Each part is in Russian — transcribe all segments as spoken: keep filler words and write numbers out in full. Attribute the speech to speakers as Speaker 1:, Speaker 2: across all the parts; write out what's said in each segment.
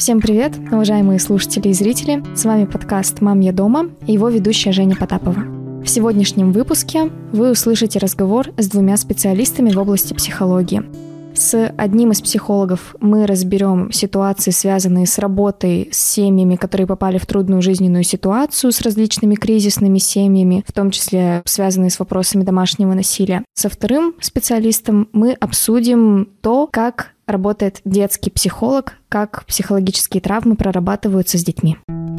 Speaker 1: Всем привет, уважаемые слушатели и зрители. С вами подкаст «Мам, я дома» и его ведущая Женя Потапова. В сегодняшнем выпуске вы услышите разговор с двумя специалистами в области психологии. С одним из психологов мы разберем ситуации, связанные с работой с семьями, которые попали в трудную жизненную ситуацию, с различными кризисными семьями, в том числе связанные с вопросами домашнего насилия. Со вторым специалистом мы обсудим то, как работает детский психолог, как психологические травмы прорабатываются с детьми.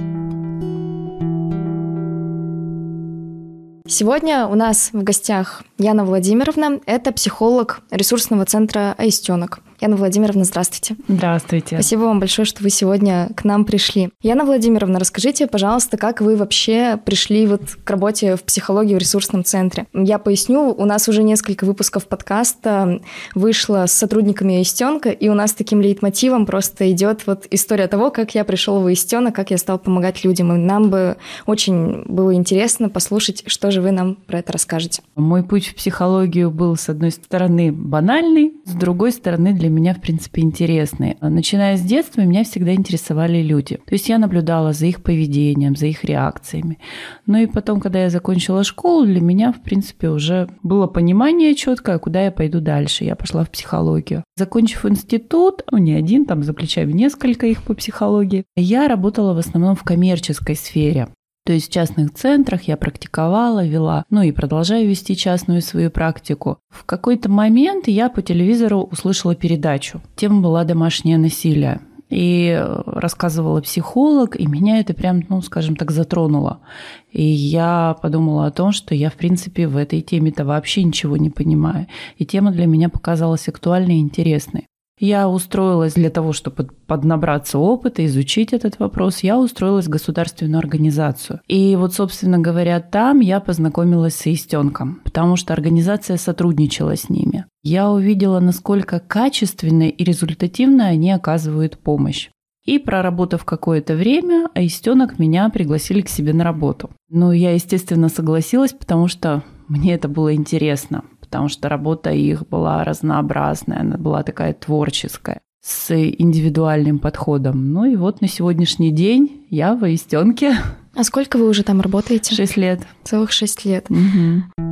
Speaker 1: Сегодня у нас в гостях Яна Владимировна, это психолог ресурсного центра «Аистенок». Яна Владимировна, здравствуйте.
Speaker 2: Здравствуйте.
Speaker 1: Спасибо вам большое, что вы сегодня к нам пришли. Яна Владимировна, расскажите, пожалуйста, как вы вообще пришли вот к работе в психологии в ресурсном центре? Я поясню, у нас уже несколько выпусков подкаста вышло с сотрудниками «Аистенка», и у нас таким лейтмотивом просто идет вот история того, как я пришел в «Аистенок», как я стал помогать людям. И нам бы очень было интересно послушать, что же вы нам про это расскажете.
Speaker 2: Мой путь в психологию был, с одной стороны, банальный, с другой стороны, для меня, в принципе, интересный. Начиная с детства, меня всегда интересовали люди. То есть я наблюдала за их поведением, за их реакциями. Ну и потом, когда я закончила школу, для меня, в принципе, уже было понимание четкое, куда я пойду дальше. Я пошла в психологию. Закончив институт, ну не один, там за плечами несколько их по психологии, я работала в основном в коммерческой сфере. То есть в частных центрах я практиковала, вела, ну и продолжаю вести частную свою практику. В какой-то момент я по телевизору услышала передачу. Тема была «Домашнее насилие». И рассказывала психолог, и меня это прям, ну, скажем так, затронуло. И я подумала о том, что я, в принципе, в этой теме-то вообще ничего не понимаю. И тема для меня показалась актуальной и интересной. Я устроилась для того, чтобы поднабраться опыта, изучить этот вопрос. Я устроилась в государственную организацию. И вот, собственно говоря, там я познакомилась с «Аистенком», потому что организация сотрудничала с ними. Я увидела, насколько качественно и результативно они оказывают помощь. И, проработав какое-то время, «Аистенок» меня пригласили к себе на работу. Ну, я, естественно, согласилась, потому что мне это было интересно. Потому что работа их была разнообразная, она была такая творческая, с индивидуальным подходом. Ну и вот на сегодняшний день я в «Аистенке».
Speaker 1: А сколько вы уже там работаете?
Speaker 2: Шесть лет.
Speaker 1: Целых шесть лет.
Speaker 2: Угу.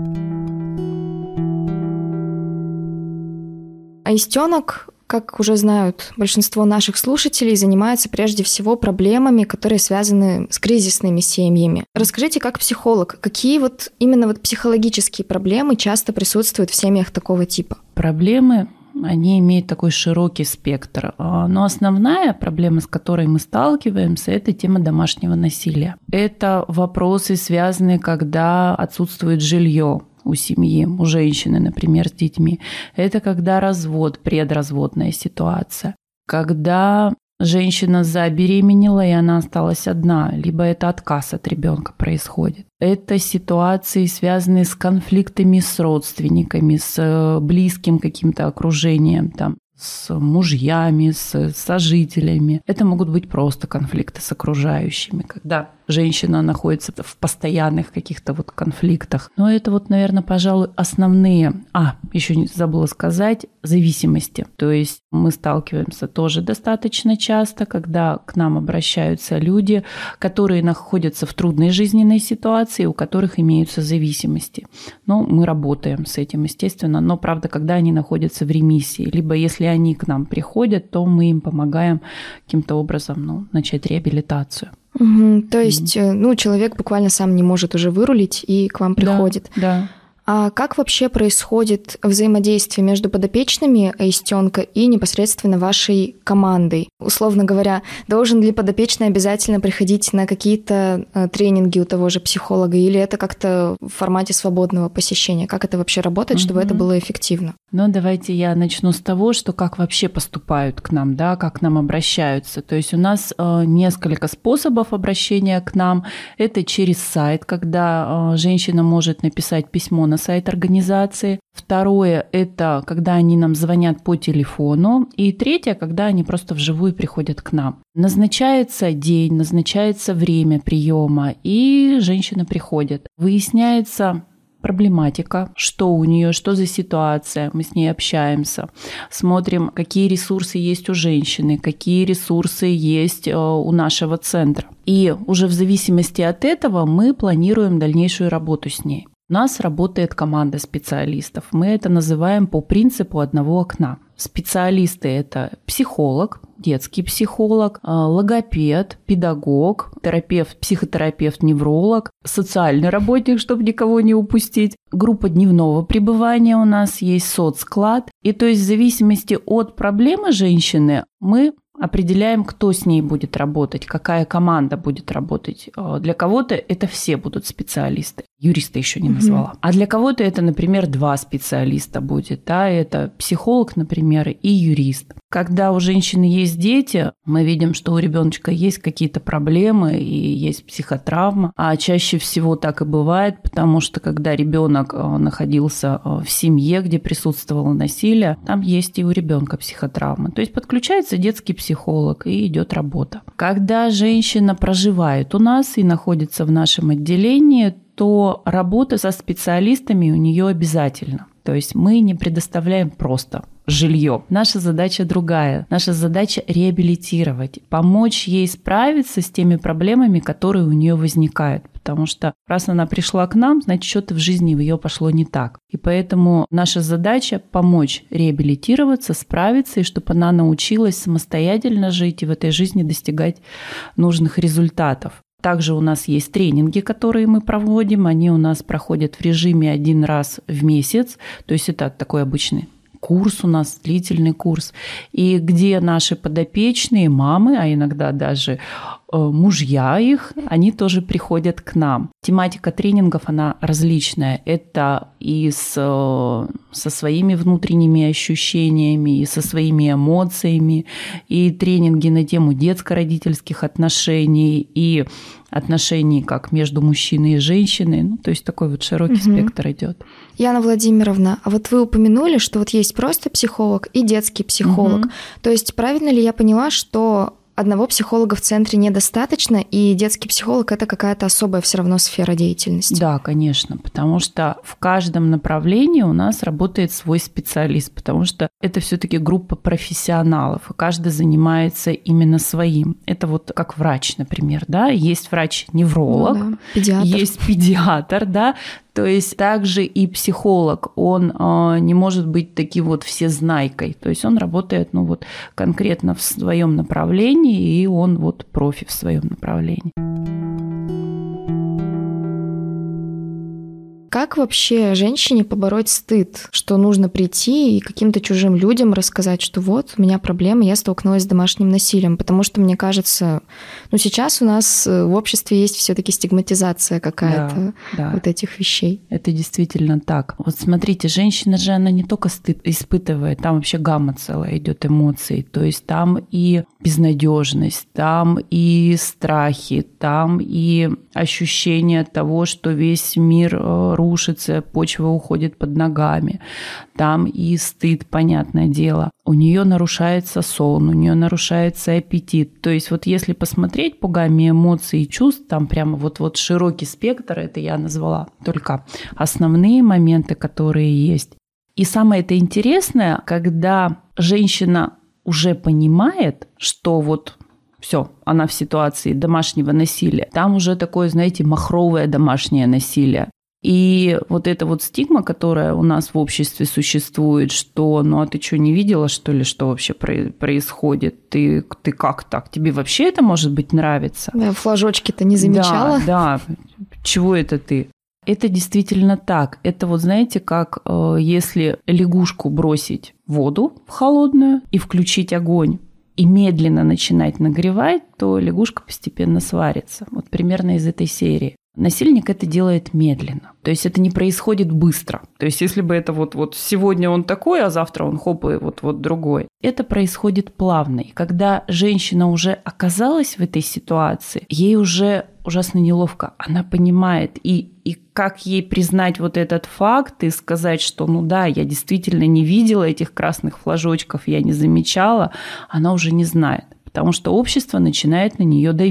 Speaker 1: «Аистенок», как уже знают большинство наших слушателей, занимается прежде всего проблемами, которые связаны с кризисными семьями. Расскажите, как психолог, какие вот именно вот психологические проблемы часто присутствуют в семьях такого типа?
Speaker 2: Проблемы, они имеют такой широкий спектр. Но основная проблема, с которой мы сталкиваемся, это тема домашнего насилия. Это вопросы, связанные, когда отсутствует жилье у семьи, у женщины, например, с детьми. Это когда развод, предразводная ситуация. Когда женщина забеременела, и она осталась одна, либо это отказ от ребенка происходит. Это ситуации, связанные с конфликтами с родственниками, с близким каким-то окружением, там, с мужьями, с сожителями. Это могут быть просто конфликты с окружающими, когда женщина находится в постоянных каких-то вот конфликтах. Но это вот, наверное, пожалуй, основные. А, еще не забыла сказать, зависимости. То есть мы сталкиваемся тоже достаточно часто, когда к нам обращаются люди, которые находятся в трудной жизненной ситуации, у которых имеются зависимости. Но мы работаем с этим, естественно. Но, правда, когда они находятся в ремиссии, либо если они к нам приходят, то мы им помогаем каким-то образом, ну, начать реабилитацию.
Speaker 1: Угу, то есть, mm-hmm. ну, человек буквально сам не может уже вырулить и к вам приходит.
Speaker 2: Да, да.
Speaker 1: А как вообще происходит взаимодействие между подопечными «Аистенка» и непосредственно вашей командой? Условно говоря, должен ли подопечный обязательно приходить на какие-то тренинги у того же психолога, или это как-то в формате свободного посещения? Как это вообще работает, чтобы mm-hmm. это было эффективно?
Speaker 2: Ну, давайте я начну с того, что как вообще поступают к нам, да, как к нам обращаются. То есть у нас э, несколько способов обращения к нам. Это через сайт, когда э, женщина может написать письмо на сайт организации. Второе – это когда они нам звонят по телефону. И третье – когда они просто вживую приходят к нам. Назначается день, назначается время приема, и женщина приходит. Выясняется проблематика, что у нее, что за ситуация, мы с ней общаемся, смотрим, какие ресурсы есть у женщины, какие ресурсы есть у нашего центра. И уже в зависимости от этого мы планируем дальнейшую работу с ней. У нас работает команда специалистов. Мы это называем по принципу одного окна. Специалисты – это психолог, детский психолог, логопед, педагог, терапевт, психотерапевт, невролог, социальный работник, чтобы никого не упустить. Группа дневного пребывания у нас есть, соцсклад. И то есть в зависимости от проблемы женщины мы определяем, кто с ней будет работать, какая команда будет работать. Для кого-то это все будут специалисты. Юриста еще не назвала. Mm-hmm. А для кого-то это, например, два специалиста будет. Да? Это психолог, например, и юрист. Когда у женщины есть дети, мы видим, что у ребеночка есть какие-то проблемы и есть психотравма. А чаще всего так и бывает, потому что когда ребенок находился в семье, где присутствовало насилие, там есть и у ребенка психотравма. То есть подключается детский психолог и идет работа. Когда женщина проживает у нас и находится в нашем отделении, то работа со специалистами у нее обязательно. То есть мы не предоставляем просто жилье. Наша задача другая. Наша задача реабилитировать, помочь ей справиться с теми проблемами, которые у нее возникают. Потому что раз она пришла к нам, значит, что-то в жизни в ее пошло не так. И поэтому наша задача помочь реабилитироваться, справиться, и чтобы она научилась самостоятельно жить и в этой жизни достигать нужных результатов. Также у нас есть тренинги, которые мы проводим. Они у нас проходят в режиме один раз в месяц. То есть это такой обычный курс у нас, длительный курс. И где наши подопечные, мамы, а иногда даже мужья их, они тоже приходят к нам. Тематика тренингов, она различная. Это и с, со своими внутренними ощущениями, и со своими эмоциями, и тренинги на тему детско-родительских отношений, и отношений как между мужчиной и женщиной. Ну, то есть такой вот широкий угу. спектр идет.
Speaker 1: Яна Владимировна, а вот вы упомянули, что вот есть просто психолог и детский психолог. Угу. То есть правильно ли я поняла, что одного психолога в центре недостаточно, и детский психолог – это какая-то особая все равно сфера деятельности?
Speaker 2: Да, конечно, потому что в каждом направлении у нас работает свой специалист, потому что это все-таки группа профессионалов, и каждый занимается именно своим. Это вот как врач, например, да, есть врач-невролог, ну, да. Педиатр. Есть педиатр, да. То есть также и психолог, он э, не может быть таким вот всезнайкой. То есть он работает ну, вот, конкретно в своем направлении, и он вот профи в своем направлении.
Speaker 1: Как вообще женщине побороть стыд, что нужно прийти и каким-то чужим людям рассказать, что вот у меня проблемы, я столкнулась с домашним насилием? Потому что, мне кажется, ну сейчас у нас в обществе есть все-таки стигматизация какая-то да, да. вот этих вещей.
Speaker 2: Это действительно так. Вот смотрите, женщина же, она не только стыд испытывает, там вообще гамма целая идет эмоций. То есть там и безнадежность, там и страхи, там и ощущение того, что весь мир рушится, почва уходит под ногами. Там и стыд, понятное дело. У нее нарушается сон, у нее нарушается аппетит. То есть вот если посмотреть по гамме эмоций и чувств, там прямо вот-вот широкий спектр, это я назвала только основные моменты, которые есть. И самое это интересное, когда женщина уже понимает, что вот все, она в ситуации домашнего насилия. Там уже такое, знаете, махровое домашнее насилие. И вот эта вот стигма, которая у нас в обществе существует, что ну а ты что, не видела, что ли, что вообще происходит? Ты, ты как так? Тебе вообще это, может быть, нравится?
Speaker 1: Да, флажочки-то не замечала.
Speaker 2: Да, да. Чего это ты? Это действительно так. Это вот, знаете, как э, если лягушку бросить в воду в холодную и включить огонь, и медленно начинать нагревать, то лягушка постепенно сварится. Вот примерно из этой серии. Насильник это делает медленно. То есть это не происходит быстро. То есть если бы это вот, вот сегодня он такой, а завтра он хоп, и вот, вот другой. Это происходит плавно. И когда женщина уже оказалась в этой ситуации, ей уже ужасно неловко. Она понимает. И, и как ей признать вот этот факт и сказать, что ну да, я действительно не видела этих красных флажочков, я не замечала, она уже не знает. Потому что общество начинает на нее давить.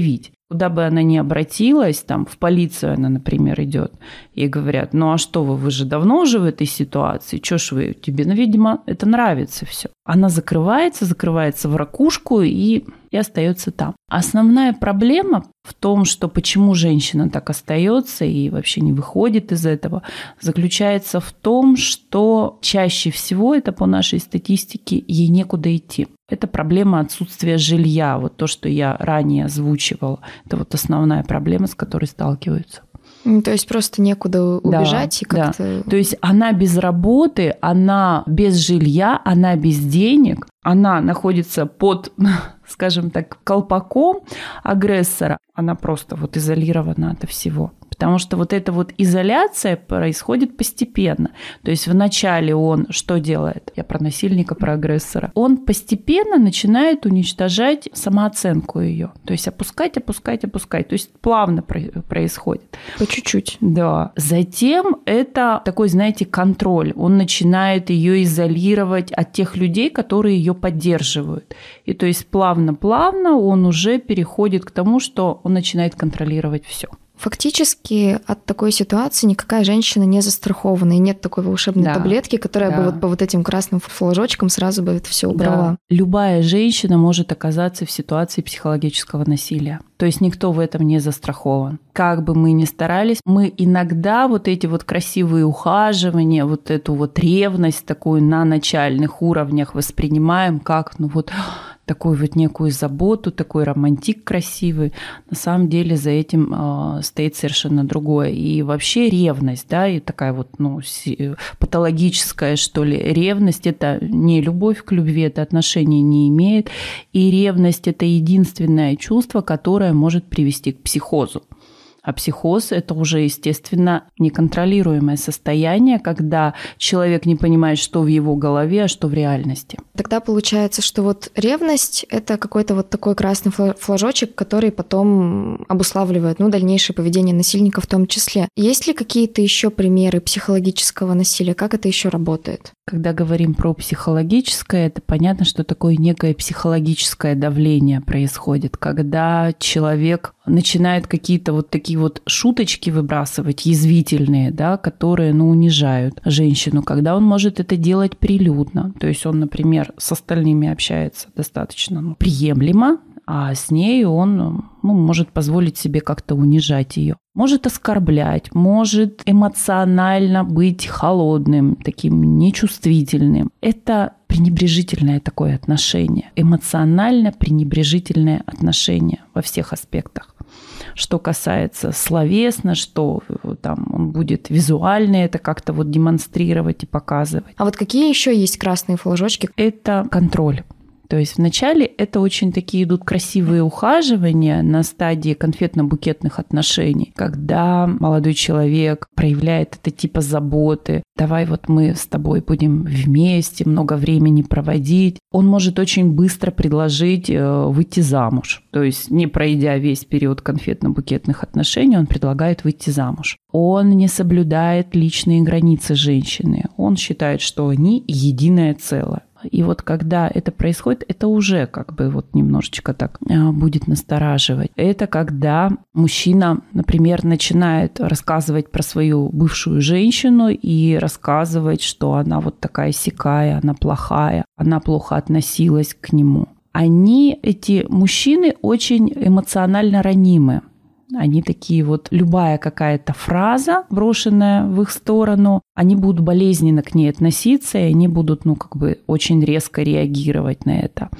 Speaker 2: Куда бы она ни обратилась, там, в полицию она, например, идет, ей говорят, ну а что вы, вы же давно уже в этой ситуации, чё ж вы, тебе, ну, видимо, это нравится все. Она закрывается, закрывается в ракушку и, и остается там. Основная проблема в том, что почему женщина так остается и вообще не выходит из этого, заключается в том, что чаще всего, это по нашей статистике, ей некуда идти. Это проблема отсутствия жилья, вот то, что я ранее озвучивала. Это вот основная проблема, с которой сталкиваются.
Speaker 1: То есть просто некуда убежать, да, и как-то...
Speaker 2: Да. То есть она без работы, она без жилья, она без денег, она находится под, скажем так, колпаком агрессора, она просто вот изолирована от всего. Потому что вот эта вот изоляция происходит постепенно. То есть вначале он что делает? Я про насильника, про агрессора. Он постепенно начинает уничтожать самооценку ее. То есть опускать, опускать, опускать. То есть плавно происходит.
Speaker 1: По чуть-чуть.
Speaker 2: Да. Затем это такой, знаете, контроль. Он начинает ее изолировать от тех людей, которые ее поддерживают. И то есть плавно-плавно он уже переходит к тому, что он начинает контролировать все.
Speaker 1: Фактически от такой ситуации никакая женщина не застрахована, и нет такой волшебной да, таблетки, которая да. бы вот по вот этим красным флажочкам сразу бы это все убрала.
Speaker 2: Да. Любая женщина может оказаться в ситуации психологического насилия. То есть никто в этом не застрахован. Как бы мы ни старались, мы иногда вот эти вот красивые ухаживания, вот эту вот ревность такую на начальных уровнях воспринимаем как, ну вот... такую вот некую заботу, такой романтик красивый. На самом деле за этим э, стоит совершенно другое. И вообще ревность, да, и такая вот, ну, патологическая, что ли, ревность – это не любовь к любви, это отношения не имеет. И ревность – это единственное чувство, которое может привести к психозу. А психоз – это уже, естественно, неконтролируемое состояние, когда человек не понимает, что в его голове, а что в реальности.
Speaker 1: Тогда получается, что вот ревность – это какой-то вот такой красный флажочек, который потом обуславливает, ну, дальнейшее поведение насильника в том числе. Есть ли какие-то еще примеры психологического насилия? Как это еще работает?
Speaker 2: Когда говорим про психологическое, это понятно, что такое некое психологическое давление происходит, когда человек начинает какие-то вот такие вот шуточки выбрасывать, язвительные, да, которые, ну, унижают женщину, когда он может это делать прилюдно. То есть он, например, с остальными общается достаточно, ну, приемлемо, а с ней он, ну, может позволить себе как-то унижать ее. Может оскорблять, может эмоционально быть холодным, таким нечувствительным. Это пренебрежительное такое отношение, эмоционально пренебрежительное отношение во всех аспектах. Что касается словесно, что там он будет визуально это как-то вот демонстрировать и показывать.
Speaker 1: А вот какие еще есть красные флажочки?
Speaker 2: Это контроль. То есть вначале это очень такие идут красивые ухаживания на стадии конфетно-букетных отношений, когда молодой человек проявляет это типа заботы. Давай вот мы с тобой будем вместе, много времени проводить. Он может очень быстро предложить выйти замуж. То есть не пройдя весь период конфетно-букетных отношений, он предлагает выйти замуж. Он не соблюдает личные границы женщины. Он считает, что они единое целое. И вот когда это происходит, это уже как бы вот немножечко так будет настораживать. Это когда мужчина, например, начинает рассказывать про свою бывшую женщину и рассказывать, что она вот такая сякая, она плохая, она плохо относилась к нему. Они, эти мужчины, очень эмоционально ранимы. Они такие вот, любая какая-то фраза, брошенная в их сторону, они будут болезненно к ней относиться, и они будут, ну, как бы очень резко реагировать на это.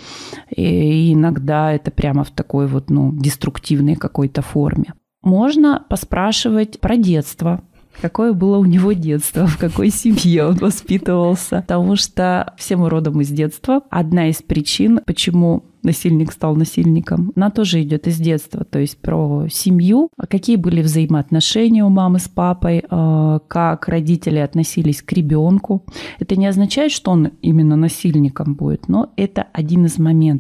Speaker 2: И иногда это прямо в такой вот, ну, деструктивной какой-то форме. Можно поспрашивать про детство. Какое было у него детство, в какой семье он воспитывался. Потому что все мы родом из детства. Одна из причин, почему насильник стал насильником, она тоже идет из детства. То есть про семью, какие были взаимоотношения у мамы с папой, как родители относились к ребенку. Это не означает, что он именно насильником будет, но это один из моментов.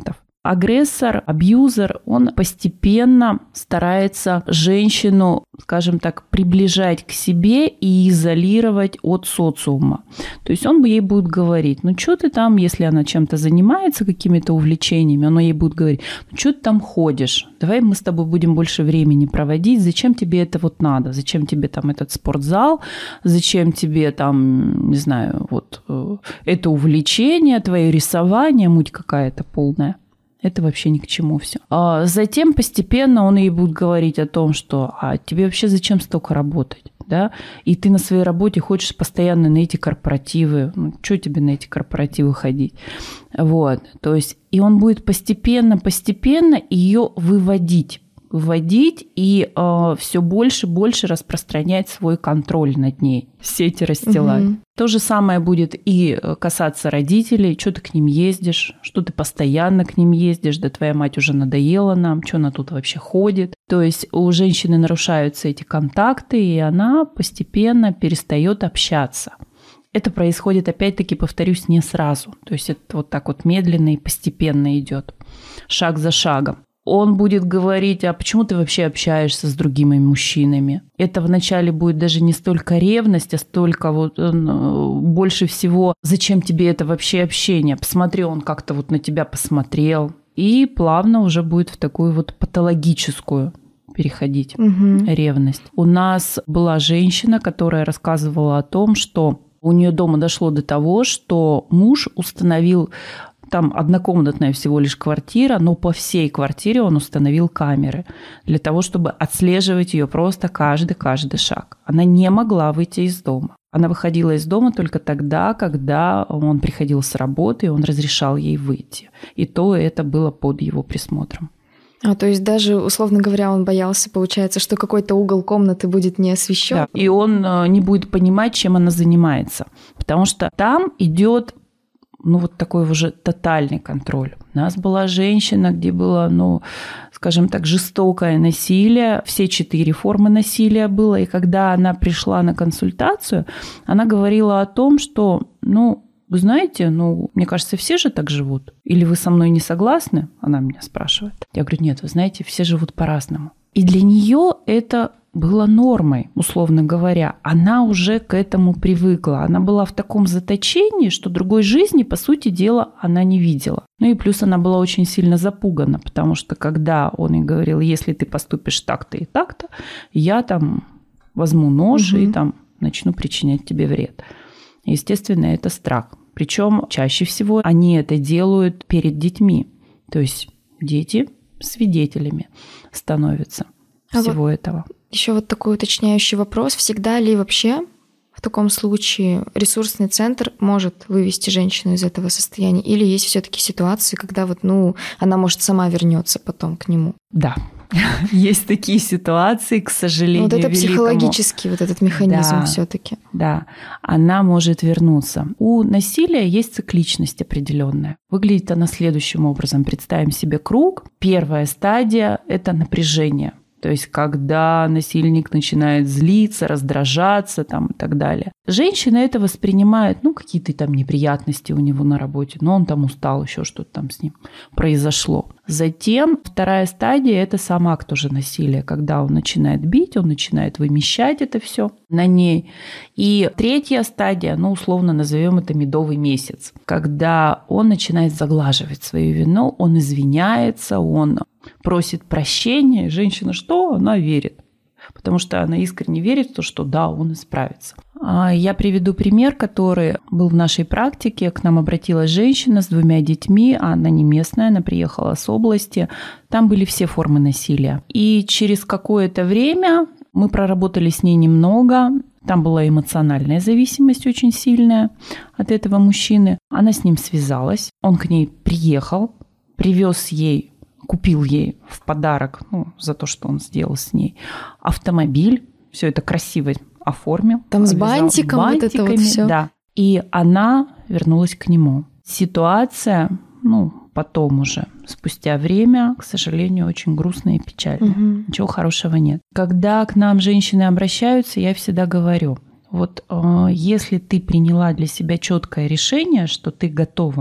Speaker 2: Агрессор, абьюзер, он постепенно старается женщину, скажем так, приближать к себе и изолировать от социума. То есть он ей будет говорить, ну что ты там, если она чем-то занимается, какими-то увлечениями, он ей будет говорить, ну что ты там ходишь, давай мы с тобой будем больше времени проводить, зачем тебе это вот надо, зачем тебе там этот спортзал, зачем тебе там, не знаю, вот это увлечение, твое рисование, муть какая-то полная. Это вообще ни к чему все. А затем постепенно он ей будет говорить о том, что а тебе вообще зачем столько работать, да? И ты на своей работе хочешь постоянно на эти корпоративы. Ну, что тебе на эти корпоративы ходить? Вот. То есть, и он будет постепенно-постепенно ее выводить. вводить и э, все больше и больше распространять свой контроль над ней, сети расстилать. Угу. То же самое будет и касаться родителей, что ты к ним ездишь, что ты постоянно к ним ездишь, да твоя мать уже надоела нам, что она тут вообще ходит. То есть у женщины нарушаются эти контакты, и она постепенно перестает общаться. Это происходит, опять-таки, повторюсь, не сразу. То есть это вот так вот медленно и постепенно идет, шаг за шагом. Он будет говорить, а почему ты вообще общаешься с другими мужчинами? Это вначале будет даже не столько ревность, а столько вот больше всего, зачем тебе это вообще общение? Посмотри, он как-то вот на тебя посмотрел. И плавно уже будет в такую вот патологическую переходить угу. ревность. У нас была женщина, которая рассказывала о том, что у нее дома дошло до того, что муж установил... Там однокомнатная всего лишь квартира, но по всей квартире он установил камеры для того, чтобы отслеживать ее просто каждый-каждый шаг. Она не могла выйти из дома. Она выходила из дома только тогда, когда он приходил с работы, и он разрешал ей выйти. И то это было под его присмотром.
Speaker 1: А, то есть даже, условно говоря, он боялся, получается, что какой-то угол комнаты будет не освещен?
Speaker 2: Да, и он не будет понимать, чем она занимается. Потому что там идет... ну, вот такой уже тотальный контроль. У нас была женщина, где было, ну, скажем так, жестокое насилие, все четыре формы насилия было, и когда она пришла на консультацию, она говорила о том, что, ну, вы знаете, ну, мне кажется, все же так живут. Или вы со мной не согласны? Она меня спрашивает. Я говорю, нет, вы знаете, все живут по-разному. И для нее это... было нормой, условно говоря. Она уже к этому привыкла. Она была в таком заточении, что другой жизни, по сути дела, она не видела. Ну и плюс она была очень сильно запугана, потому что когда он ей говорил, если ты поступишь так-то и так-то, я там возьму нож угу. и там начну причинять тебе вред. Естественно, это страх. Причем чаще всего они это делают перед детьми. То есть дети свидетелями становятся а всего вот... этого.
Speaker 1: Еще вот такой уточняющий вопрос. Всегда ли вообще в таком случае ресурсный центр может вывести женщину из этого состояния? Или есть все-таки ситуации, когда вот, ну, она, может, сама вернется потом к нему?
Speaker 2: Да, есть такие ситуации, к сожалению,
Speaker 1: вот это
Speaker 2: великому.
Speaker 1: Психологический вот этот механизм
Speaker 2: да,
Speaker 1: все-таки.
Speaker 2: Да, она может вернуться. У насилия есть цикличность определенная. Выглядит она следующим образом. Представим себе круг. Первая стадия – это напряжение. То есть, когда насильник начинает злиться, раздражаться там, и так далее. Женщина это воспринимает, ну, какие-то там неприятности у него на работе, но он там устал, еще что-то там с ним произошло. Затем вторая стадия – это сам акт уже насилия, когда он начинает бить, он начинает вымещать это все на ней. И третья стадия, ну, условно назовем это медовый месяц, когда он начинает заглаживать свою вину, он извиняется, он просит прощения. Женщина что? Она верит. Потому что она искренне верит в то, что да, он исправится. Я приведу пример, который был в нашей практике. К нам обратилась женщина с двумя детьми. Она не местная, она приехала с области. Там были все формы насилия. И через какое-то время мы проработали с ней немного. Там была эмоциональная зависимость очень сильная от этого мужчины. Она с ним связалась. Он к ней приехал, привез ей, купил ей в подарок, ну, за то, что он сделал с ней, автомобиль. Все это красиво оформил.
Speaker 1: Там с бантиком вот это вот все.
Speaker 2: Да. И она вернулась к нему. Ситуация, ну, потом уже, спустя время, к сожалению, очень грустная и печальная. Угу. Ничего хорошего нет. Когда к нам женщины обращаются, я всегда говорю, вот э, если ты приняла для себя четкое решение, что ты готова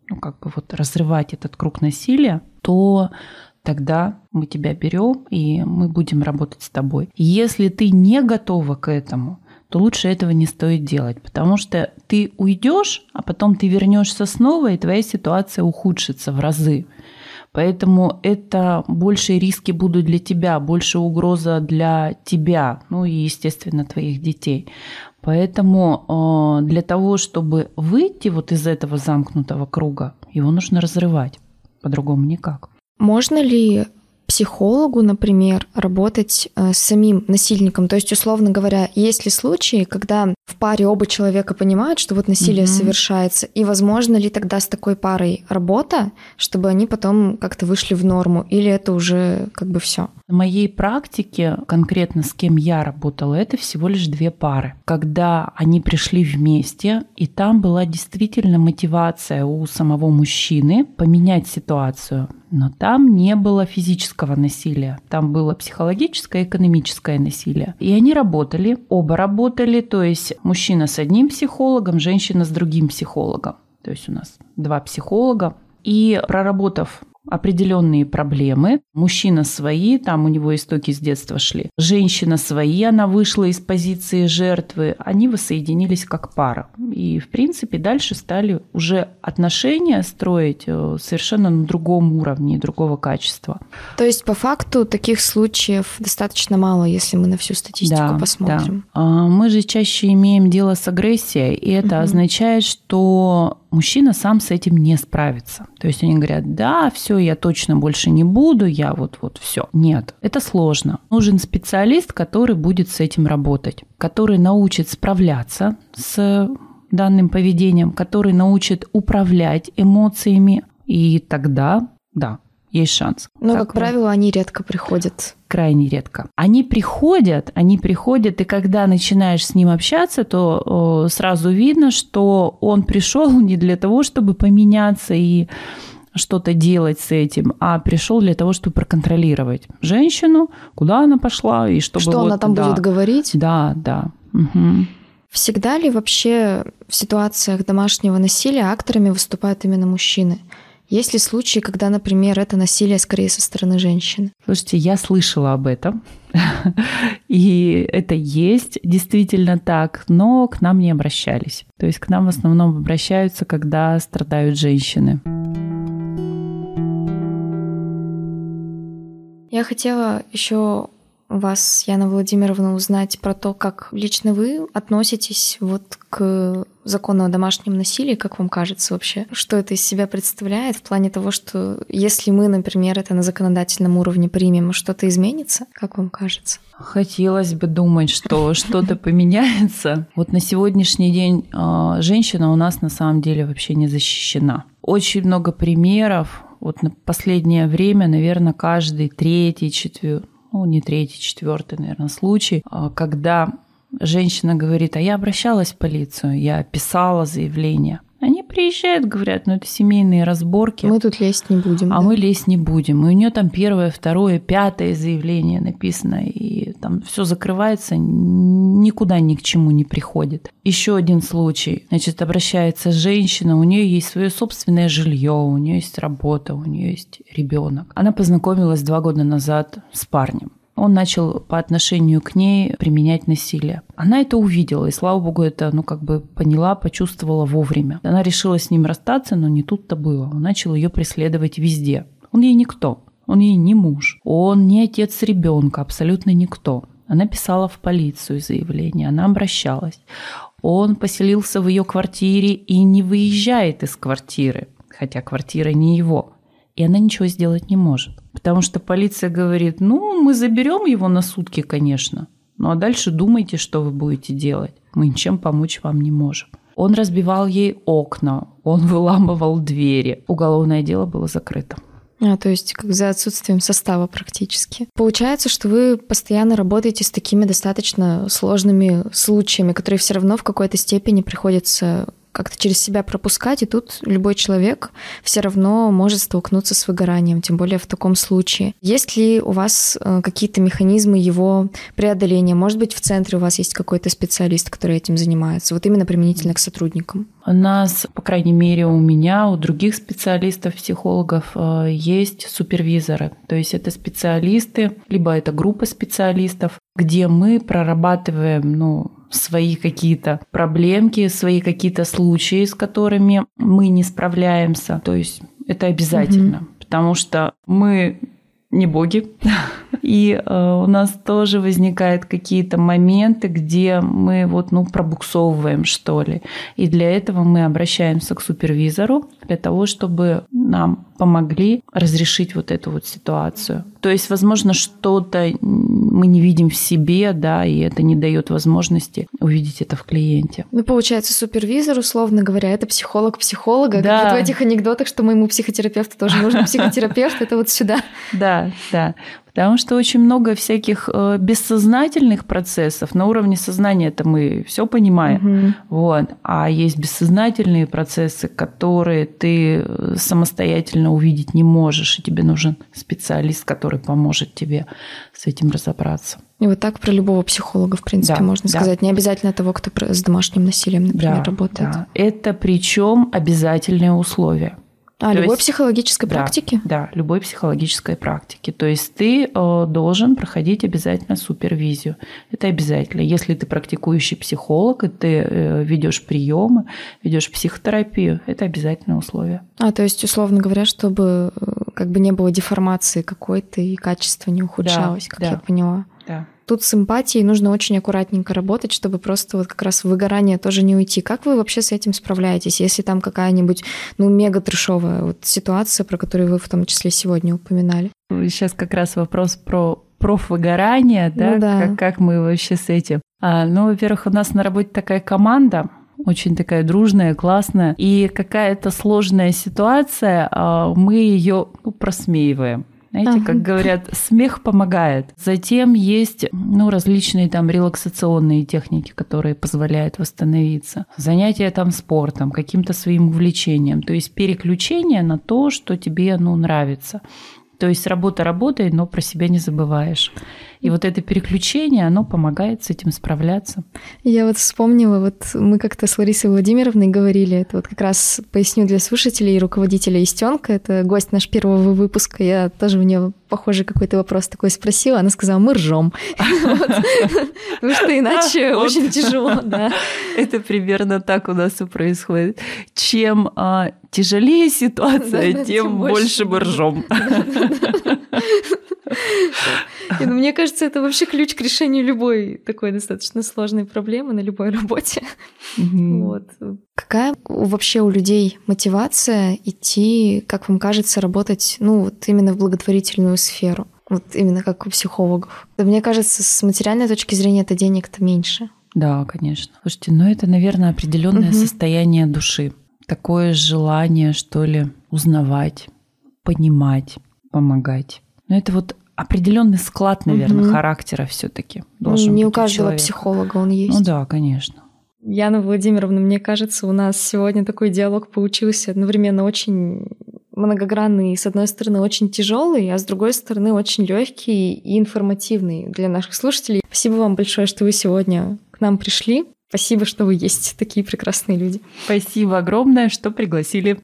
Speaker 2: ну, как бы вот разрывать этот круг насилия, то тогда мы тебя берем, и мы будем работать с тобой. Если ты не готова к этому, то лучше этого не стоит делать, потому что ты уйдешь, а потом ты вернешься снова, и твоя ситуация ухудшится в разы. Поэтому это большие риски будут для тебя, больше угроза для тебя, ну и, естественно, твоих детей. Поэтому для того, чтобы выйти вот из этого замкнутого круга, его нужно разрывать, по-другому никак.
Speaker 1: Можно ли психологу, например, работать э, с самим насильником? То есть, условно говоря, есть ли случаи, когда в паре оба человека понимают, что вот насилие mm-hmm. совершается, и возможно ли тогда с такой парой работа, чтобы они потом как-то вышли в норму, или это уже как бы все?
Speaker 2: В моей практике, конкретно с кем я работала, это всего лишь две пары. Когда они пришли вместе, и там была действительно мотивация у самого мужчины поменять ситуацию, но там не было физического насилия, там было психологическое и экономическое насилие. И они работали, оба работали, то есть мужчина с одним психологом, женщина с другим психологом. То есть у нас два психолога. И проработав определенные проблемы, мужчина свои, там у него истоки с детства шли, женщина свои, она вышла из позиции жертвы, они воссоединились как пара. И, в принципе, дальше стали уже отношения строить совершенно на другом уровне, другого качества.
Speaker 1: То есть, по факту, таких случаев достаточно мало, если мы на всю статистику
Speaker 2: да,
Speaker 1: посмотрим.
Speaker 2: Да. Мы же чаще имеем дело с агрессией, и это угу. означает, что мужчина сам с этим не справится. То есть они говорят, да, все, я точно больше не буду, я вот-вот все. Нет, это сложно. Нужен специалист, который будет с этим работать, который научит справляться с данным поведением, который научит управлять эмоциями, и тогда, да, есть шанс.
Speaker 1: Но, как, как правило, они редко приходят.
Speaker 2: Крайне редко. Они приходят, они приходят, и когда начинаешь с ним общаться, то о, сразу видно, что он пришел не для того, чтобы поменяться и что-то делать с этим, а пришел для того, чтобы проконтролировать женщину, куда она пошла и чтобы
Speaker 1: что
Speaker 2: вот,
Speaker 1: она там
Speaker 2: да,
Speaker 1: будет говорить.
Speaker 2: Да, да. Угу.
Speaker 1: Всегда ли вообще в ситуациях домашнего насилия акторами выступают именно мужчины? Есть ли случаи, когда, например, это насилие скорее со стороны женщины?
Speaker 2: Слушайте, я слышала об этом, и это есть действительно так, но к нам не обращались. То есть к нам в основном обращаются, когда страдают женщины.
Speaker 1: Я хотела еще вас, Яна Владимировна, узнать про то, как лично вы относитесь вот к закону о домашнем насилии, как вам кажется вообще, что это из себя представляет в плане того, что если мы, например, это на законодательном уровне примем, что-то изменится, как вам кажется?
Speaker 2: Хотелось бы думать, что что-то поменяется. Вот на сегодняшний день женщина у нас на самом деле вообще не защищена. Очень много примеров. Вот на последнее время, наверное, каждый третий, четвертый, ну, не третий, четвертый, наверное, случай, когда женщина говорит, а я обращалась в полицию, я писала заявление. Они приезжают, говорят, ну это семейные разборки.
Speaker 1: Мы тут лезть не будем.
Speaker 2: А
Speaker 1: да?
Speaker 2: мы лезть не будем. И у нее там первое, второе, пятое заявление написано, и там все закрывается, никуда ни к чему не приходит. Еще один случай. Значит, обращается женщина, у нее есть свое собственное жилье, у нее есть работа, у нее есть ребенок. Она познакомилась два года назад с парнем. Он начал по отношению к ней применять насилие. Она это увидела, и, слава богу, это, ну, как бы поняла, почувствовала вовремя. Она решила с ним расстаться, но не тут-то было. Он начал ее преследовать везде. Он ей никто, он ей не муж, он не отец ребенка, абсолютно никто. Она писала в полицию заявление, она обращалась. Он поселился в ее квартире и не выезжает из квартиры, хотя квартира не его. И она ничего сделать не может. Потому что полиция говорит, ну, мы заберем его на сутки, конечно. Ну, а дальше думайте, что вы будете делать. Мы ничем помочь вам не можем. Он разбивал ей окна, он выламывал двери. Уголовное дело было закрыто.
Speaker 1: А, то есть как за отсутствием состава практически. Получается, что вы постоянно работаете с такими достаточно сложными случаями, которые все равно в какой-то степени приходится как-то через себя пропускать, и тут любой человек все равно может столкнуться с выгоранием, тем более в таком случае. Есть ли у вас какие-то механизмы его преодоления? Может быть, в центре у вас есть какой-то специалист, который этим занимается, вот именно применительно к сотрудникам?
Speaker 2: У нас, по крайней мере, у меня, у других специалистов, психологов есть супервизоры. То есть это специалисты, либо это группа специалистов, где мы прорабатываем, ну, свои какие-то проблемки, свои какие-то случаи, с которыми мы не справляемся. То есть это обязательно, mm-hmm. потому что мы не боги, и э, у нас тоже возникают какие-то моменты, где мы вот, ну, пробуксовываем, что ли. И для этого мы обращаемся к супервизору, для того, чтобы нам помогли разрешить вот эту вот ситуацию. То есть, возможно, что-то мы не видим в себе, да, и это не дает возможности увидеть это в клиенте.
Speaker 1: Ну, получается, супервизор, условно говоря, это психолог психолога.
Speaker 2: Да.
Speaker 1: Как вот в этих анекдотах, что моему психотерапевту тоже нужен психотерапевт, это вот сюда.
Speaker 2: Да, да. Потому что очень много всяких бессознательных процессов. На уровне сознания это мы все понимаем. Угу. Вот. А есть бессознательные процессы, которые ты самостоятельно увидеть не можешь. И тебе нужен специалист, который поможет тебе с этим разобраться.
Speaker 1: И вот так про любого психолога, в принципе, да, можно да. сказать. Не обязательно того, кто с домашним насилием, например, да, работает. Да.
Speaker 2: Это причем обязательное условие.
Speaker 1: А, То любой есть, психологической практики?
Speaker 2: Да, да, любой психологической практики. То есть ты э, должен проходить обязательно супервизию. Это обязательно. Если ты практикующий психолог, и ты э, ведешь приемы, ведешь психотерапию, это обязательное условие.
Speaker 1: А, то есть, условно говоря, чтобы как бы не было деформации какой-то и качество не ухудшалось, да, как да. я поняла.
Speaker 2: Да.
Speaker 1: Тут с эмпатией нужно очень аккуратненько работать, чтобы просто вот как раз в выгорание тоже не уйти. Как вы вообще с этим справляетесь, если там какая-нибудь, ну, мега трешовая вот ситуация, про которую вы в том числе сегодня упоминали?
Speaker 2: Сейчас как раз вопрос про профвыгорание, да,
Speaker 1: ну, да.
Speaker 2: Как, как мы вообще с этим. А, ну, во-первых, у нас на работе такая команда, очень такая дружная, классная, и какая-то сложная ситуация, мы ее ну, просмеиваем. Знаете, ага. как говорят, смех помогает. Затем есть ну, различные там релаксационные техники, которые позволяют восстановиться. Занятия там спортом, каким-то своим увлечением. То есть переключение на то, что тебе ну, нравится. То есть работа работает, но про себя не забываешь. И вот это переключение, оно помогает с этим справляться.
Speaker 1: Я вот вспомнила, вот мы как-то с Ларисой Владимировной говорили, это вот как раз поясню для слушателей и руководителя Истёнка, это гость наш первого выпуска, я тоже у нее похожий какой-то вопрос такой спросила, она сказала, мы ржем. Потому что иначе очень тяжело, да.
Speaker 2: Это примерно так у нас и происходит. Чем тяжелее ситуация, тем больше мы ржем.
Speaker 1: И, ну, мне кажется, это вообще ключ к решению любой такой достаточно сложной проблемы на любой работе. Mm-hmm. Вот. Какая вообще у людей мотивация идти, как вам кажется, работать, ну, вот именно в благотворительную сферу? Вот именно как у психологов. Мне кажется, с материальной точки зрения это денег-то меньше.
Speaker 2: Да, конечно. Слушайте, ну это, наверное, определенное mm-hmm. состояние души. Такое желание, что ли, узнавать, понимать, помогать. Но это вот определенный склад, наверное, угу. характера все-таки должен
Speaker 1: Не
Speaker 2: быть
Speaker 1: у каждого
Speaker 2: человека.
Speaker 1: Психолога он есть.
Speaker 2: Ну да, конечно.
Speaker 1: Яна Владимировна, мне кажется, у нас сегодня такой диалог получился одновременно очень многогранный, с одной стороны, очень тяжелый, а с другой стороны, очень легкий и информативный для наших слушателей. Спасибо вам большое, что вы сегодня к нам пришли. Спасибо, что вы есть такие прекрасные люди.
Speaker 2: Спасибо огромное, что пригласили.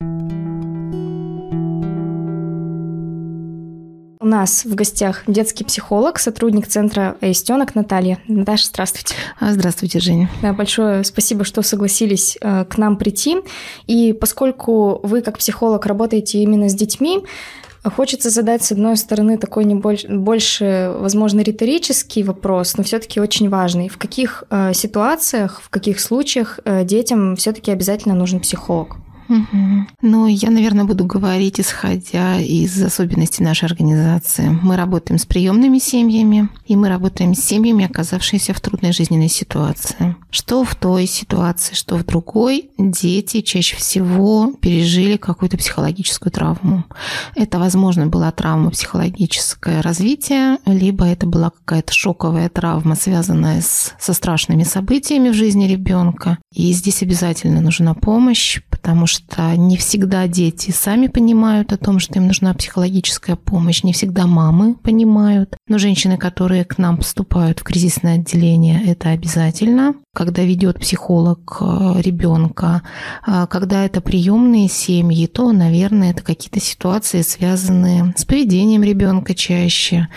Speaker 1: У нас в гостях детский психолог, сотрудник центра Истёнок Наталья. Наташа, здравствуйте.
Speaker 3: Здравствуйте, Женя.
Speaker 1: Да, большое спасибо, что согласились к нам прийти. И поскольку вы, как психолог, работаете именно с детьми, хочется задать, с одной стороны, такой не больше, больше, возможно, риторический вопрос, но все-таки очень важный. В каких ситуациях, в каких случаях детям все-таки обязательно нужен психолог?
Speaker 3: Угу. Ну, я, наверное, буду говорить, исходя из особенностей нашей организации. Мы работаем с приемными семьями, и мы работаем с семьями, оказавшимися в трудной жизненной ситуации. Что в той ситуации, что в другой, дети чаще всего пережили какую-то психологическую травму. Это, возможно, была травма психологическое развитие, либо это была какая-то шоковая травма, связанная с, со страшными событиями в жизни ребенка. И здесь обязательно нужна помощь, потому что не всегда дети сами понимают о том, что им нужна психологическая помощь, не всегда мамы понимают. Но женщины, которые к нам поступают в кризисное отделение, это обязательно. Когда ведет психолог ребенка, когда это приемные семьи, то, наверное, это какие-то ситуации, связанные с поведением ребенка чаще,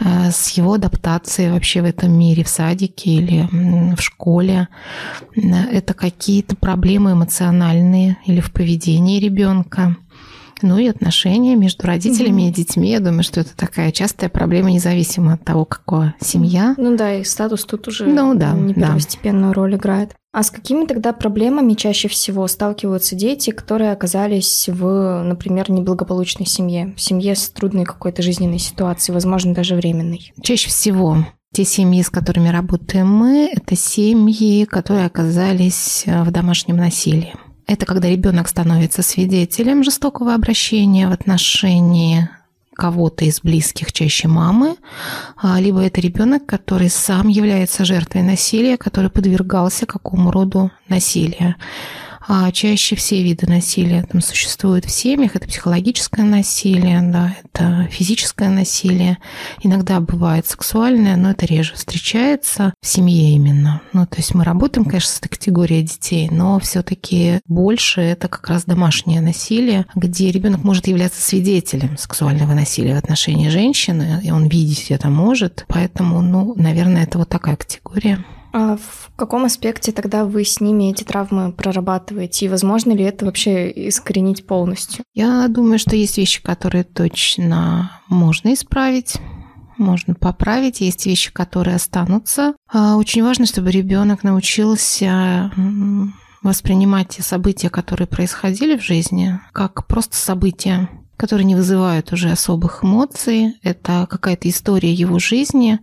Speaker 3: с его адаптацией вообще в этом мире, в садике или в школе. Это какие-то проблемы эмоциональные или в поведении ребенка. Ну и отношения между родителями mm-hmm. и детьми. Я думаю, что это такая частая проблема, независимо от того, какая семья.
Speaker 1: Ну да, и статус тут уже
Speaker 3: ну, да,
Speaker 1: не первостепенную
Speaker 3: да.
Speaker 1: роль играет. А с какими тогда проблемами чаще всего сталкиваются дети, которые оказались в, например, неблагополучной семье, в семье с трудной какой-то жизненной ситуацией, возможно, даже временной?
Speaker 3: Чаще всего те семьи, с которыми работаем мы, это семьи, которые оказались в домашнем насилии. Это когда ребенок становится свидетелем жестокого обращения в отношении кого-то из близких, чаще мамы, либо это ребенок, который сам является жертвой насилия, который подвергался какому роду насилию. А чаще все виды насилия там существуют в семьях. Это психологическое насилие, да, это физическое насилие. Иногда бывает сексуальное, но это реже встречается в семье именно. Ну, то есть мы работаем, конечно, с этой категорией детей, но все-таки больше это как раз домашнее насилие, где ребенок может являться свидетелем сексуального насилия в отношении женщины, и он видеть это может. Поэтому, ну, наверное, это вот такая категория.
Speaker 1: А в каком аспекте тогда вы с ними эти травмы прорабатываете? И возможно ли это вообще искоренить полностью?
Speaker 3: Я думаю, что есть вещи, которые точно можно исправить, можно поправить. Есть вещи, которые останутся. Очень важно, чтобы ребенок научился воспринимать те события, которые происходили в жизни, как просто события, которые не вызывают уже особых эмоций. Это какая-то история его жизни,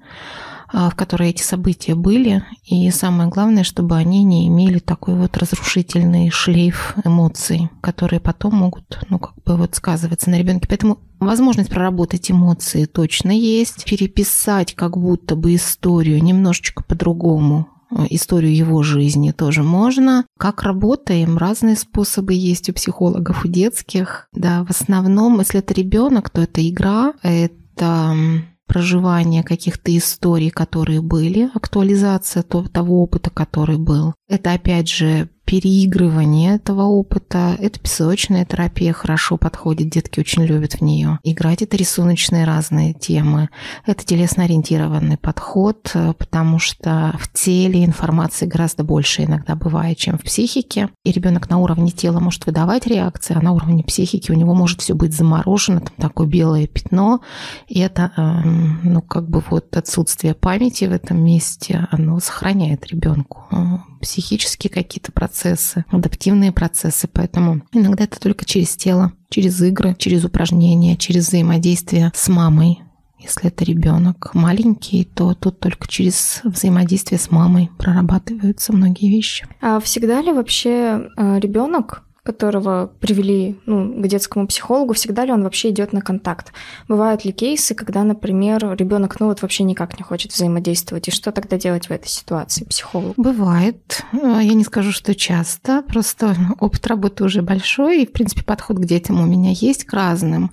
Speaker 3: в которой эти события были, и самое главное, чтобы они не имели такой вот разрушительный шлейф эмоций, которые потом могут, ну, как бы вот сказываться на ребенке. Поэтому возможность проработать эмоции точно есть, переписать как будто бы историю немножечко по-другому, историю его жизни тоже можно. Как работаем? Разные способы есть у психологов, у детских. Да, в основном, если это ребенок, то это игра, это проживание каких-то историй, которые были, актуализация того опыта, который был. Это, опять же, переигрывание этого опыта. Это песочная терапия хорошо подходит, детки очень любят в нее играть. Это рисуночные разные темы. Это телесно-ориентированный подход, потому что в теле информации гораздо больше иногда бывает, чем в психике. И ребенок на уровне тела может выдавать реакции, а на уровне психики у него может все быть заморожено, там такое белое пятно. И это, ну, как бы вот отсутствие памяти в этом месте, оно сохраняет ребенку психические какие-то процессы, адаптивные процессы. Поэтому иногда это только через тело, через игры, через упражнения, через взаимодействие с мамой. Если это ребенок маленький, то тут только через взаимодействие с мамой прорабатываются многие вещи.
Speaker 1: А всегда ли вообще ребенок, которого привели, ну, к детскому психологу, всегда ли он вообще идет на контакт? Бывают ли кейсы, когда, например, ребенок, ну вот вообще никак не хочет взаимодействовать, и что тогда делать в этой ситуации психологу?
Speaker 3: Бывает. Я не скажу, что часто, просто опыт работы уже большой, и, в принципе, подход к детям у меня есть к разным.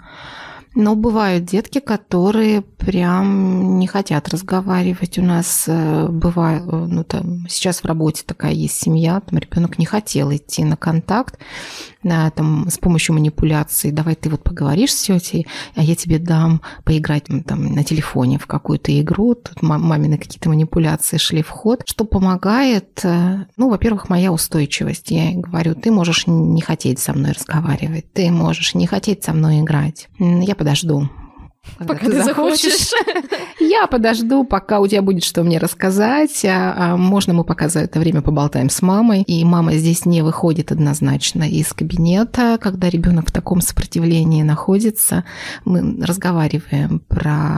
Speaker 3: Но бывают детки, которые прям не хотят разговаривать. У нас бывает, ну там сейчас в работе такая есть семья, там ребенок не хотел идти на контакт, да, там с помощью манипуляций. Давай ты вот поговоришь с тетей, а я тебе дам поиграть там на телефоне в какую-то игру. Тут мамины какие-то манипуляции шли в ход. Что помогает? Ну, во-первых, моя устойчивость. Я говорю, ты можешь не хотеть со мной разговаривать, ты можешь не хотеть со мной играть. Я подожду.
Speaker 1: Пока ты захочешь.
Speaker 3: Я подожду, пока у тебя будет что мне рассказать. А, а можно мы пока за это время поболтаем с мамой. И мама здесь не выходит однозначно из кабинета, когда ребенок в таком сопротивлении находится. Мы разговариваем про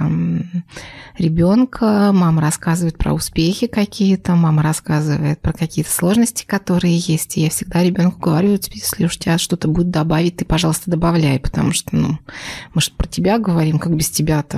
Speaker 3: ребенка, мама рассказывает про успехи какие-то, мама рассказывает про какие-то сложности, которые есть. И я всегда ребенку говорю, если уж у тебя что-то будет добавить, ты, пожалуйста, добавляй, потому что, ну, мы же про тебя говорим, как без тебя-то.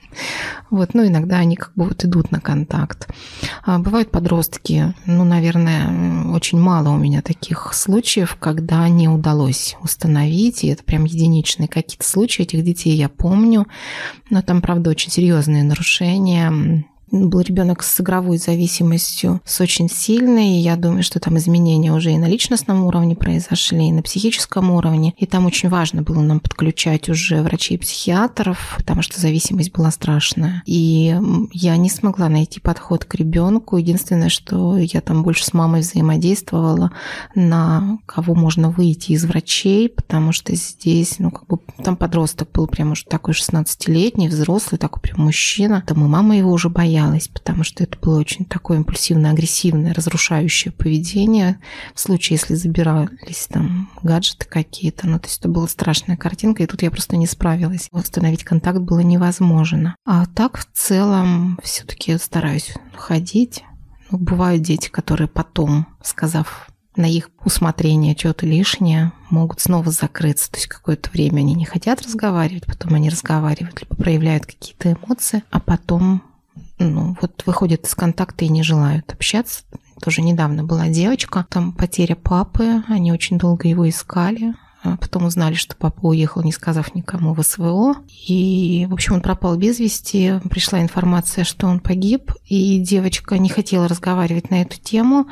Speaker 3: Вот, ну, иногда они как бы вот идут на контакт. А бывают подростки, ну, наверное, очень мало у меня таких случаев, когда не удалось установить, и это прям единичные какие-то случаи, этих детей я помню, но там, правда, очень серьезные нарушения. Был ребенок с игровой зависимостью, с очень сильной, и я думаю, что там изменения уже и на личностном уровне произошли, и на психическом уровне. И там очень важно было нам подключать уже врачей-психиатров, потому что зависимость была страшная. И я не смогла найти подход к ребенку. Единственное, что я там больше с мамой взаимодействовала, на кого можно выйти из врачей, потому что здесь, ну, как бы там подросток был прям уже такой шестнадцатилетний, взрослый, такой прям мужчина. Там и мама его уже боялась, потому что это было очень такое импульсивное, агрессивное, разрушающее поведение. В случае, если забирались там гаджеты какие-то, ну, то есть это была страшная картинка, и тут я просто не справилась. Установить контакт было невозможно. А так, в целом, все-таки стараюсь ходить. Ну, бывают дети, которые потом, сказав на их усмотрение что-то лишнее, могут снова закрыться. То есть какое-то время они не хотят разговаривать, потом они разговаривают, либо проявляют какие-то эмоции, а потом ну, вот выходят из контакта и не желают общаться. Тоже недавно была девочка, там потеря папы, они очень долго его искали. А потом узнали, что папа уехал, не сказав никому, в СВО. И, в общем, он пропал без вести. Пришла информация, что он погиб. И девочка не хотела разговаривать на эту тему.